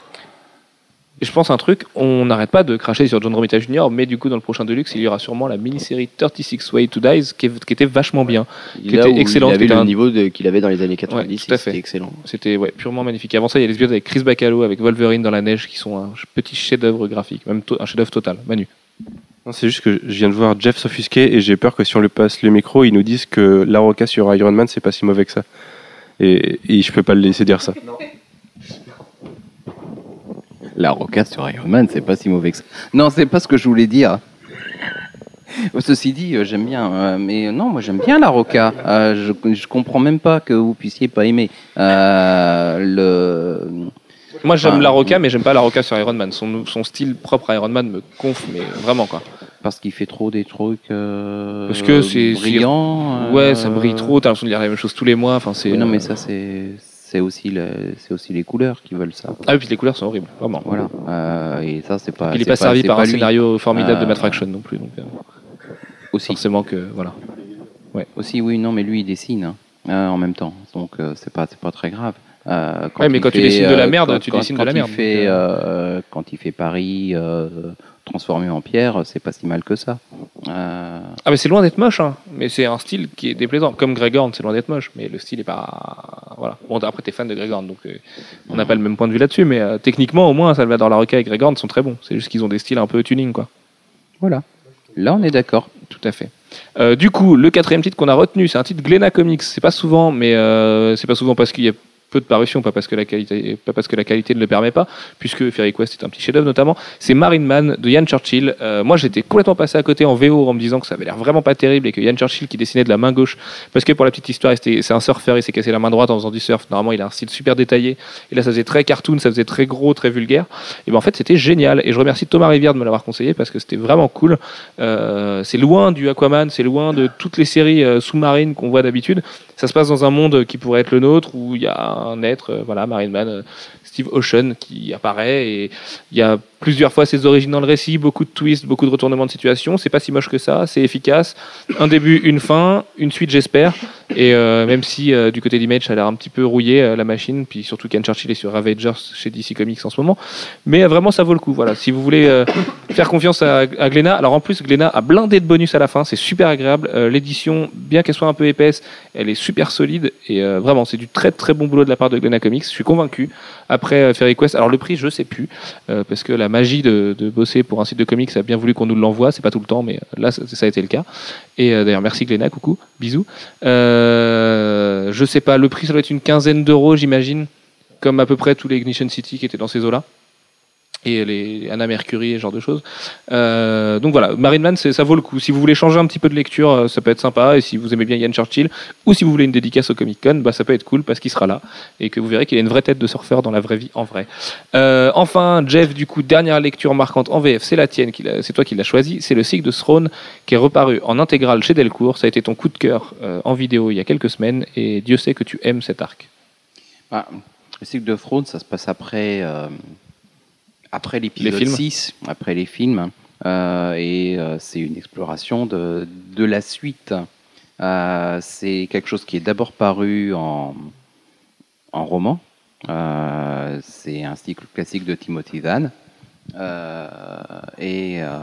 Et je pense un truc, on n'arrête pas de cracher sur John Romita Junior, mais du coup, dans le prochain Deluxe, il y aura sûrement la mini-série trente-six Way to Die, qui, est, qui était vachement bien. Qui était excellente, il avait qui était le un... niveau de, qu'il avait dans les années quatre-vingt-dix, ouais, tout à fait. C'était excellent. C'était ouais, purement magnifique. Avant ça, il y a les zbiotes avec Chris Bacalo, avec Wolverine dans la neige, qui sont un petit chef-d'œuvre graphique, même to- un chef-d'œuvre total. Manu. Non, c'est juste que je viens de voir Jeff s'offusquer et j'ai peur que si on lui passe le micro, ils nous disent que la Roca sur Iron Man, c'est pas si mauvais que ça. Et, et je peux pas le laisser dire ça. La Roca sur Iron Man, c'est pas si mauvais que ça. Non, c'est pas ce que je voulais dire. Ceci dit, euh, j'aime bien, euh, mais non, moi j'aime bien la Roca. Euh, je, je comprends même pas que vous puissiez pas aimer euh, le. Moi, j'aime Ah, la Roca, mais j'aime pas la Roca sur Iron Man. Son, son style propre à Iron Man me gonfle, mais vraiment, quoi. Parce qu'il fait trop des trucs euh, Parce que c'est brillants. c'est- ouais, euh, ça brille trop. T'as l'impression de lire la même chose tous les mois. Enfin, c'est. Oui, non, mais euh, ça c'est c'est aussi le, c'est aussi les couleurs qui veulent ça. Ah oui, puis les couleurs sont horribles, vraiment. Voilà. Euh, et ça c'est pas. Il est c'est pas servi c'est par pas un lui. scénario formidable Euh, de Matt Fraction non plus. Donc, euh, Aussi. forcément que voilà. Aussi, oui, non, mais lui il dessine hein, euh, en même temps, donc euh, c'est pas c'est pas très grave. Euh, Ouais, mais il quand tu fait, dessines de la euh, merde, quand- tu quand- dessines de quand la il merde, fait, donc, euh, quand il fait Paris euh, transformé en pierre, c'est pas si mal que ça. Euh, Ah mais c'est loin d'être moche, hein. Mais c'est un style qui est déplaisant. Comme Greg Horn, c'est loin d'être moche, mais le style est pas... Voilà. Bon, après, t'es fan de Greg Horn, donc euh, on n'a pas le même point de vue là-dessus, mais euh, techniquement, au moins, Salvador Larroca et Greg Horn sont très bons. C'est juste qu'ils ont des styles un peu tuning, quoi. voilà. Là, on est d'accord. Tout à fait. Euh, du coup, le quatrième titre qu'on a retenu, c'est un titre Glénat Comics. C'est pas souvent, mais euh, c'est pas souvent parce qu'il y a peu de parution, pas parce que la qualité, pas parce que la qualité ne le permet pas, puisque Fairy Quest est un petit chef-d'œuvre notamment. C'est Marine Man de Ian Churchill. Euh, moi, j'étais complètement passé à côté en V O en me disant que ça avait l'air vraiment pas terrible et que Ian Churchill qui dessinait de la main gauche, parce que pour la petite histoire, c'était- c'est un surfeur, il s'est cassé la main droite en faisant du surf. Normalement, il a un style super détaillé. Et là, ça faisait très cartoon, ça faisait très gros, très vulgaire. Et ben en fait, c'était génial. Et je remercie Thomas Rivière de me l'avoir conseillé parce que c'était vraiment cool. Euh, c'est loin du Aquaman, c'est loin de toutes les séries euh, sous-marines qu'on voit d'habitude. Ça se passe dans un monde qui pourrait être le nôtre où il y a un être, euh, voilà, Marine Man, euh, Steve Ocean qui apparaît et il y a plusieurs fois ses origines dans le récit, beaucoup de twists, beaucoup de retournements de situation. C'est pas si moche que ça, c'est efficace. Un début, une fin, une suite, j'espère. Et euh, même si euh, du côté d'Image, ça a l'air un petit peu rouillé euh, la machine, puis surtout Ken Churchill est sur Avengers chez D C Comics en ce moment. Mais euh, vraiment, ça vaut le coup. Voilà, si vous voulez euh, faire confiance à, à Glénat, alors en plus, Glénat a blindé de bonus à la fin, c'est super agréable. Euh, l'édition, bien qu'elle soit un peu épaisse, elle est super solide et euh, vraiment, c'est du très très bon boulot de la part de Glénat Comics. Je suis convaincu. Après euh, Fairy Quest, alors le prix, je sais plus, euh, parce que la magie de, de bosser pour un site de comics a bien voulu qu'on nous l'envoie. C'est pas tout le temps, mais là, ça, ça a été le cas. Et euh, d'ailleurs, merci Glénat, coucou, bisous. Euh, je sais pas, le prix, ça doit être une quinzaine d'euros, j'imagine, comme à peu près tous les Ignition City qui étaient dans ces eaux-là. et les Anna Mercury et ce genre de choses. Euh, donc voilà, Marine Man, c'est, ça vaut le coup. Si vous voulez changer un petit peu de lecture, euh, ça peut être sympa. Et si vous aimez bien Ian Churchill, ou si vous voulez une dédicace au Comic Con, bah, ça peut être cool parce qu'il sera là et que vous verrez qu'il a une vraie tête de surfeur dans la vraie vie, en vrai. Euh, enfin, Jeff, du coup, dernière lecture marquante en V F, c'est la tienne, qui l'a, c'est toi qui l'as choisi. C'est le cycle de Throne qui est reparu en intégrale chez Delcourt. Ça a été ton coup de cœur euh, en vidéo il y a quelques semaines et Dieu sait que tu aimes cet arc. Ah, le cycle de Throne, ça se passe après... Euh... Après l'épisode les six, après les films, euh, et euh, c'est une exploration de, de la suite. Euh, c'est quelque chose qui est d'abord paru en, en roman. Euh, c'est un cycle classique de Timothy Zahn. Euh, et euh,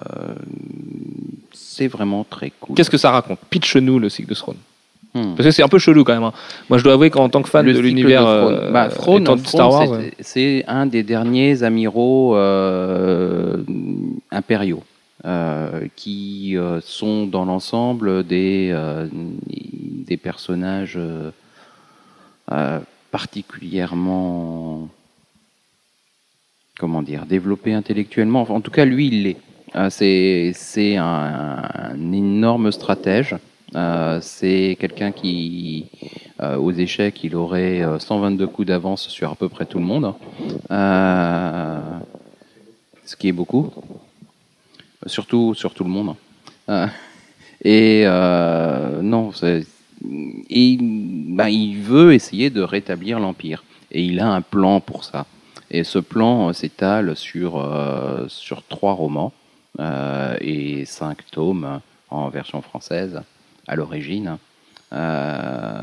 c'est vraiment très cool. Qu'est-ce que ça raconte ? Pitch-nous le cycle de Throne. Parce que c'est un peu chelou quand même. Hein. Moi, je dois avouer qu'en tant que fan le de l'univers de Throne, euh, bah, Throne, étant de Star Wars, c'est, c'est un des derniers amiraux euh, impériaux euh, qui euh, sont dans l'ensemble des euh, des personnages euh, euh, particulièrement, comment dire, développés intellectuellement. Enfin, en tout cas, lui, il l'est. Euh, c'est c'est un, un énorme stratège. Euh, c'est quelqu'un qui, euh, aux échecs, il aurait euh, cent vingt-deux coups d'avance sur à peu près tout le monde, euh, ce qui est beaucoup, surtout sur tout le monde. Euh, et euh, non, c'est, et, ben, il veut essayer de rétablir l'Empire, et il a un plan pour ça. Et ce plan s'étale sur euh, sur trois romans euh, et cinq tomes en version française à l'origine, euh,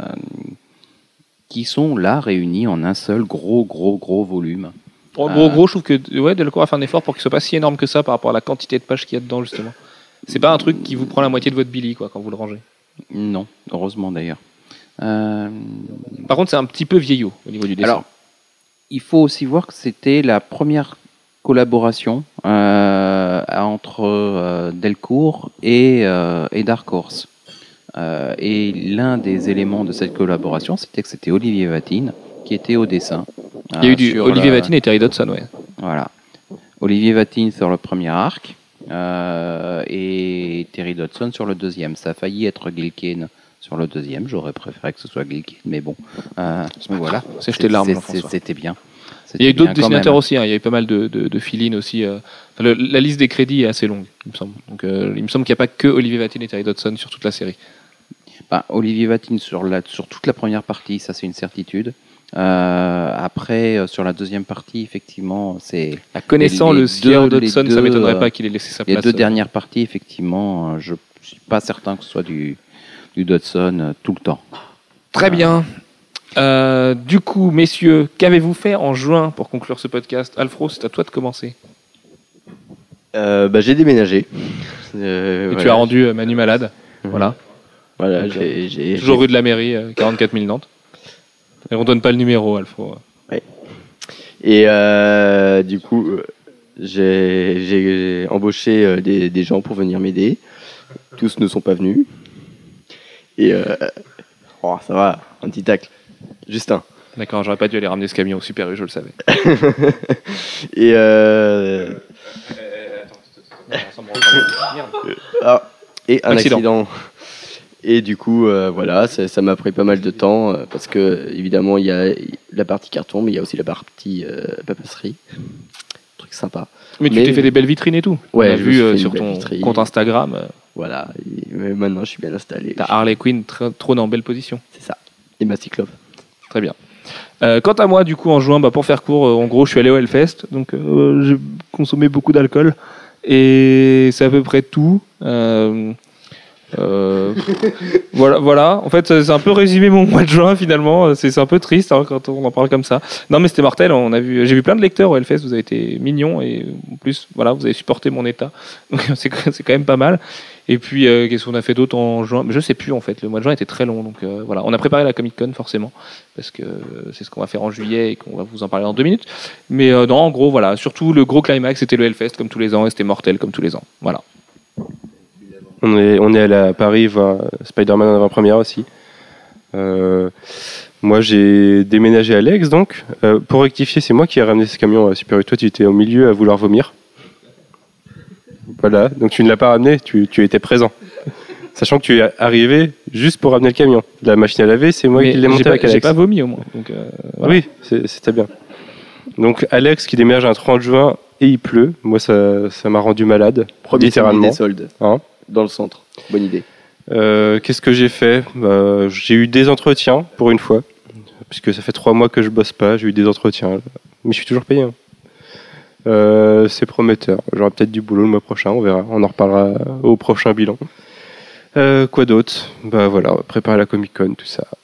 qui sont là réunis en un seul gros, gros, gros volume. Gros, gros, gros, je trouve que ouais, Delcourt a fait un effort pour qu'il soit pas si énorme que ça par rapport à la quantité de pages qu'il y a dedans, justement. C'est pas un truc qui vous prend la moitié de votre Billy, quoi, quand vous le rangez. Non, heureusement d'ailleurs. Euh... Par contre, c'est un petit peu vieillot au niveau du dessin. Alors, il faut aussi voir que c'était la première collaboration euh, entre euh, Delcourt et, euh, et Dark Horse. Euh, et l'un des éléments de cette collaboration, c'était que c'était Olivier Vatine qui était au dessin. Il y a eu du Olivier la... Vatine et Terry Dodson, ouais. Voilà. Olivier Vatine sur le premier arc euh, et Terry Dodson sur le deuxième. Ça a failli être Gilkane sur le deuxième. J'aurais préféré que ce soit Gilkane, mais bon. Euh, voilà. C'est jeté de l'arme, François. C'était bien. Il y a eu d'autres dessinateurs aussi, hein. Il y a eu pas mal de, de, de fill-in aussi. Euh. Enfin, le, la liste des crédits est assez longue, il me semble. Donc, euh, il me semble qu'il n'y a pas que Olivier Vatine et Terry Dodson sur toute la série. Ben, Olivier Vatine sur, la, sur toute la première partie, ça c'est une certitude. Euh, après, euh, sur la deuxième partie, effectivement, c'est... La connaissant les, les le skieur Dodson, deux, ça ne m'étonnerait pas qu'il ait laissé sa place. Les deux euh... dernières parties, effectivement, je ne suis pas certain que ce soit du, du Dodson euh, tout le temps. Très bien. Euh, du coup, messieurs, qu'avez-vous fait en juin pour conclure ce podcast ? Alfro, c'est à toi de commencer. Euh, bah, j'ai déménagé. Euh, Et voilà. Tu as rendu euh, Manu malade. Mmh. Voilà. Voilà, Donc, j'ai, j'ai, toujours j'ai... rue de la mairie, euh, quarante-quatre mille Nantes. Et on donne pas le numéro, Alfro. Ouais. Et euh, du coup, j'ai, j'ai embauché euh, des, des gens pour venir m'aider. Tous ne sont pas venus. Et euh, oh, ça va, un petit tacle. Justin. D'accord, j'aurais pas dû aller ramener ce camion au Super U, je le savais. Et euh... ah, et un accident. accident. Et du coup, euh, voilà, ça, ça m'a pris pas mal de temps euh, parce que évidemment il y a la partie carton, mais il y a aussi la partie euh, papasserie, truc sympa. Mais tu mais... t'es fait des belles vitrines et tout. Ouais, on a vu euh, sur ton vitrine. Compte Instagram. Euh... Voilà, et, mais maintenant je suis bien installé. T'as Harley Quinn trône en belle position. C'est ça. Et ma Cyclope. Très bien. Euh, quant à moi, du coup, en juin, bah, pour faire court, euh, en gros, je suis allé au Hellfest, donc euh, j'ai consommé beaucoup d'alcool, et c'est à peu près tout. Euh, euh, voilà, voilà. En fait, c'est un peu résumé mon mois de juin, finalement. C'est, c'est un peu triste hein, quand on en parle comme ça. Non, mais c'était mortel. On a vu, j'ai vu plein de lecteurs au Hellfest. Vous avez été mignons, et en plus, voilà, vous avez supporté mon état. Donc, c'est, c'est quand même pas mal. Et puis, euh, qu'est-ce qu'on a fait d'autre en juin ? Je sais plus en fait. Le mois de juin était très long, donc euh, voilà. On a préparé la Comic Con forcément, parce que c'est ce qu'on va faire en juillet et qu'on va vous en parler dans deux minutes. Mais euh, non, en gros, voilà. Surtout le gros climax, c'était le Hellfest comme tous les ans, et c'était mortel comme tous les ans. Voilà. On est on est allé à Paris voir Spider-Man en avant-première aussi. Euh, Moi, j'ai déménagé à l'Aix, donc. Euh, pour rectifier, c'est moi qui ai ramené ce camion à Super U. Toi, tu étais au milieu à vouloir vomir. Voilà, donc tu ne l'as pas ramené, tu, tu étais présent. Sachant que tu es arrivé juste pour ramener le camion. La machine à laver, c'est moi Mais qui l'ai montée j'ai pas, avec Alex. j'ai pas vomi au moins. Donc, euh, voilà. Oui, c'est- c'était bien. Donc Alex qui déménage un trente juin et il pleut. Moi, ça, ça m'a rendu malade, Premier littéralement. samedi des soldes. Hein Dans le centre. Bonne idée. Euh, Qu'est-ce que j'ai fait? Bah, j'ai eu des entretiens pour une fois, puisque ça fait trois mois que je bosse pas. J'ai eu des entretiens, mais je suis toujours payé. hein. Euh, c'est prometteur. J'aurai peut-être du boulot le mois prochain. On verra. On en reparlera au prochain bilan. Euh, quoi d'autre? Bah voilà, préparer la Comic Con, tout ça.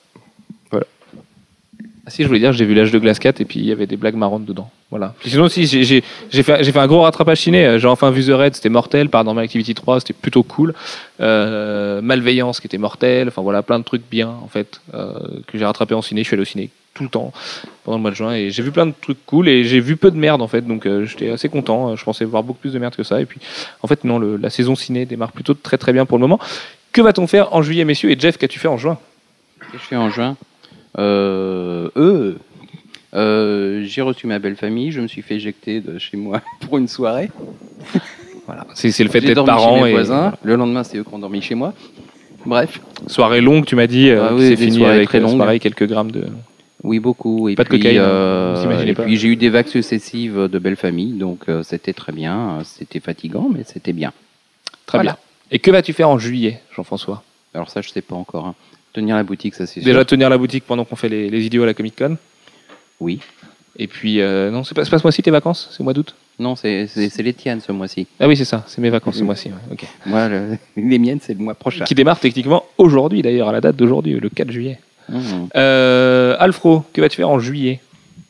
Ah, si, je voulais dire, j'ai vu l'âge de glace quatre et puis il y avait des blagues marrantes dedans. Voilà. Puis sinon, si, j'ai, j'ai, j'ai, fait, j'ai fait un gros rattrapage ciné. J'ai enfin vu The Raid, c'était mortel. Paranormal Activity trois, c'était plutôt cool. Euh, Malveillance, qui était mortel. Enfin voilà, plein de trucs bien, en fait, euh, que j'ai rattrapé en ciné. Je suis allé au ciné tout le temps pendant le mois de juin et j'ai vu plein de trucs cool et j'ai vu peu de merde, en fait. Donc euh, j'étais assez content. Je pensais voir beaucoup plus de merde que ça. Et puis, en fait, non, le, la saison ciné démarre plutôt très très bien pour le moment. Que va-t-on faire en juillet, messieurs? Et Jeff, qu'as-tu fait en juin? Qu'est-ce que je fais en juin euh, euh, euh, J'ai reçu ma belle famille, je me suis fait éjecter de chez moi pour une soirée. Voilà. C'est, c'est le fait J'ai d'être dormi parent chez mes et voisins. Le lendemain, c'est eux qui ont dormi chez moi. Bref. soirée longue, tu m'as dit. Euh, Ah qui oui, s'est des fini soirées avec très euh, c'est longues. pareil, quelques grammes de. Oui, beaucoup. Et Pas de puis, cocaïne, euh, vous imaginez et pas. puis j'ai eu des vagues successives de belle famille, donc euh, c'était très bien. C'était fatigant, mais c'était bien. Très Voilà. bien. Et que vas-tu faire en juillet, Jean-François? Alors ça, je sais pas encore. hein. Tenir la boutique, ça c'est sûr. Déjà tenir la boutique pendant qu'on fait les, les idiots à la Comic Con. Oui. Et puis, euh, non, c'est pas, c'est pas ce mois-ci tes vacances? C'est au mois d'août? Non, c'est c'est- c'est les tiennes ce mois-ci. Ah oui, c'est ça, c'est mes vacances ce mois-ci. Ouais. ok. Moi, le- les miennes, c'est le mois prochain. Qui démarre techniquement aujourd'hui, d'ailleurs, à la date d'aujourd'hui, le quatre juillet. Mmh. Euh, Alfro, que vas-tu faire en juillet?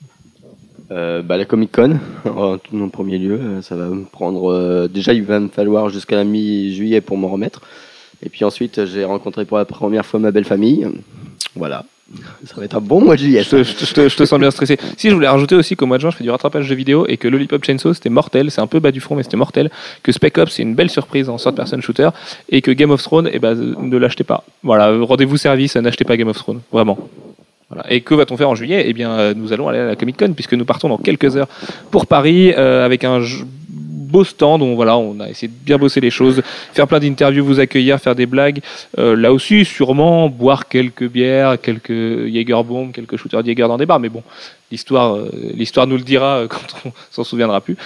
Euh, bah, la Comic Con, en, en premier lieu, euh, ça va me prendre. euh, déjà, il va me falloir jusqu'à la mi-juillet pour m'en remettre. Et puis ensuite, j'ai rencontré pour la première fois ma belle famille. Voilà. Ça va être un bon mois de juillet. Je te, je te- je te- je te sens bien stressé. Si je voulais rajouter aussi qu'au mois de juin, je fais du rattrapage de vidéos et que Lollipop Chainsaw c'était mortel, c'est un peu bas du front mais c'était mortel. Que Spec Ops c'est une belle surprise en third person shooter et que Game of Thrones, eh ben, ne l'achetez pas. Voilà, rendez-vous service, n'achetez pas Game of Thrones, vraiment. Voilà. Et que va-t-on faire en juillet? Eh bien, euh, nous allons aller à la Comic Con puisque nous partons dans quelques heures pour Paris euh, avec un j- beau stand. On, voilà, on a essayé de bien bosser les choses, faire plein d'interviews, vous accueillir, faire des blagues. Euh, là aussi, sûrement boire quelques bières, quelques Jägerbomb, quelques shooters de Jäger dans des bars. Mais bon, l'histoire, euh, l'histoire nous le dira euh, quand on s'en souviendra plus.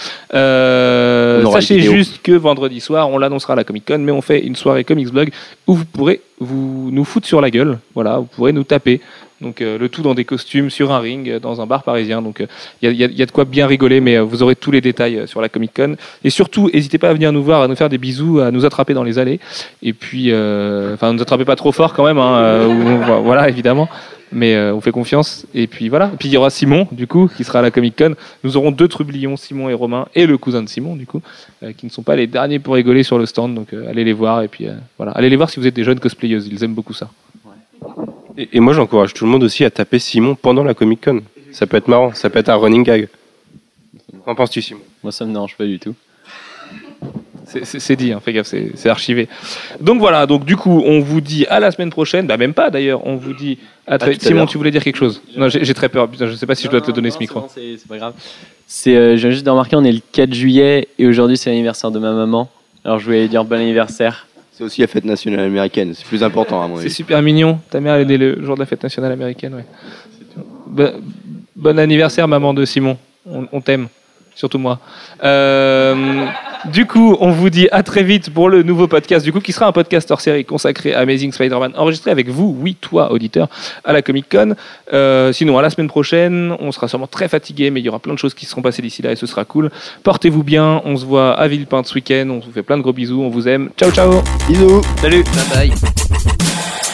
Euh, On aura sachez les vidéos. juste que vendredi soir, on l'annoncera à la Comic Con, mais on fait une soirée Comics Blog où vous pourrez vous nous foutre sur la gueule. Voilà, vous pourrez nous taper. Donc euh, le tout dans des costumes, sur un ring, euh, dans un bar parisien. Donc il y, y, y a de quoi bien rigoler, mais euh, vous aurez tous les détails euh, sur la Comic Con. Et surtout, n'hésitez pas à venir nous voir, à nous faire des bisous, à nous attraper dans les allées. Et puis, euh, enfin, ne nous attrapez pas trop fort quand même, hein, euh, ou- voilà, évidemment. Mais euh, on fait confiance. Et puis voilà. Et puis il y aura Simon, du coup, qui sera à la Comic Con. Nous aurons deux trublions, Simon et Romain, et le cousin de Simon, du coup, euh, qui ne sont pas les derniers pour rigoler sur le stand. Donc euh, allez les voir. Et puis euh, voilà, allez les voir si vous êtes des jeunes cosplayeuses. Ils aiment beaucoup ça. Et, et moi, j'encourage tout le monde aussi à taper Simon pendant la Comic Con. Ça peut être marrant, ça peut être un running gag. Qu'en penses-tu, Simon? Moi, ça me dérange pas du tout. C'est- C'est c'est dit, hein, fais gaffe, c'est c'est archivé. Donc voilà, donc du coup, on vous dit à la semaine prochaine, bah même pas d'ailleurs, on vous dit à très... tout à Simon, l'heure. tu voulais dire quelque chose? Non, j'ai j'ai très peur, putain, je sais pas si je dois te donner ce micro. C'est bon, c'est- c'est pas grave. C'est, euh, je viens juste de remarquer, on est le quatre juillet et aujourd'hui c'est l'anniversaire de ma maman. Alors je voulais dire bon anniversaire. C'est aussi la fête nationale américaine. C'est plus important à mon C'est avis. super mignon, ta mère elle est née le jour de la fête nationale américaine, ouais. Bon, bon anniversaire maman de Simon, on, on t'aime, surtout moi. Euh, du coup, on vous dit à très vite pour le nouveau podcast, du coup, qui sera un podcast hors série consacré à Amazing Spider-Man, enregistré avec vous, oui, toi, auditeur, à la Comic Con. Euh, sinon, à la semaine prochaine, on sera sûrement très fatigué, mais il y aura plein de choses qui seront passées d'ici là et ce sera cool. Portez-vous bien, on se voit à Villepinte ce week-end, on vous fait plein de gros bisous, on vous aime. Ciao, ciao. Bisous. Salut. Bye bye.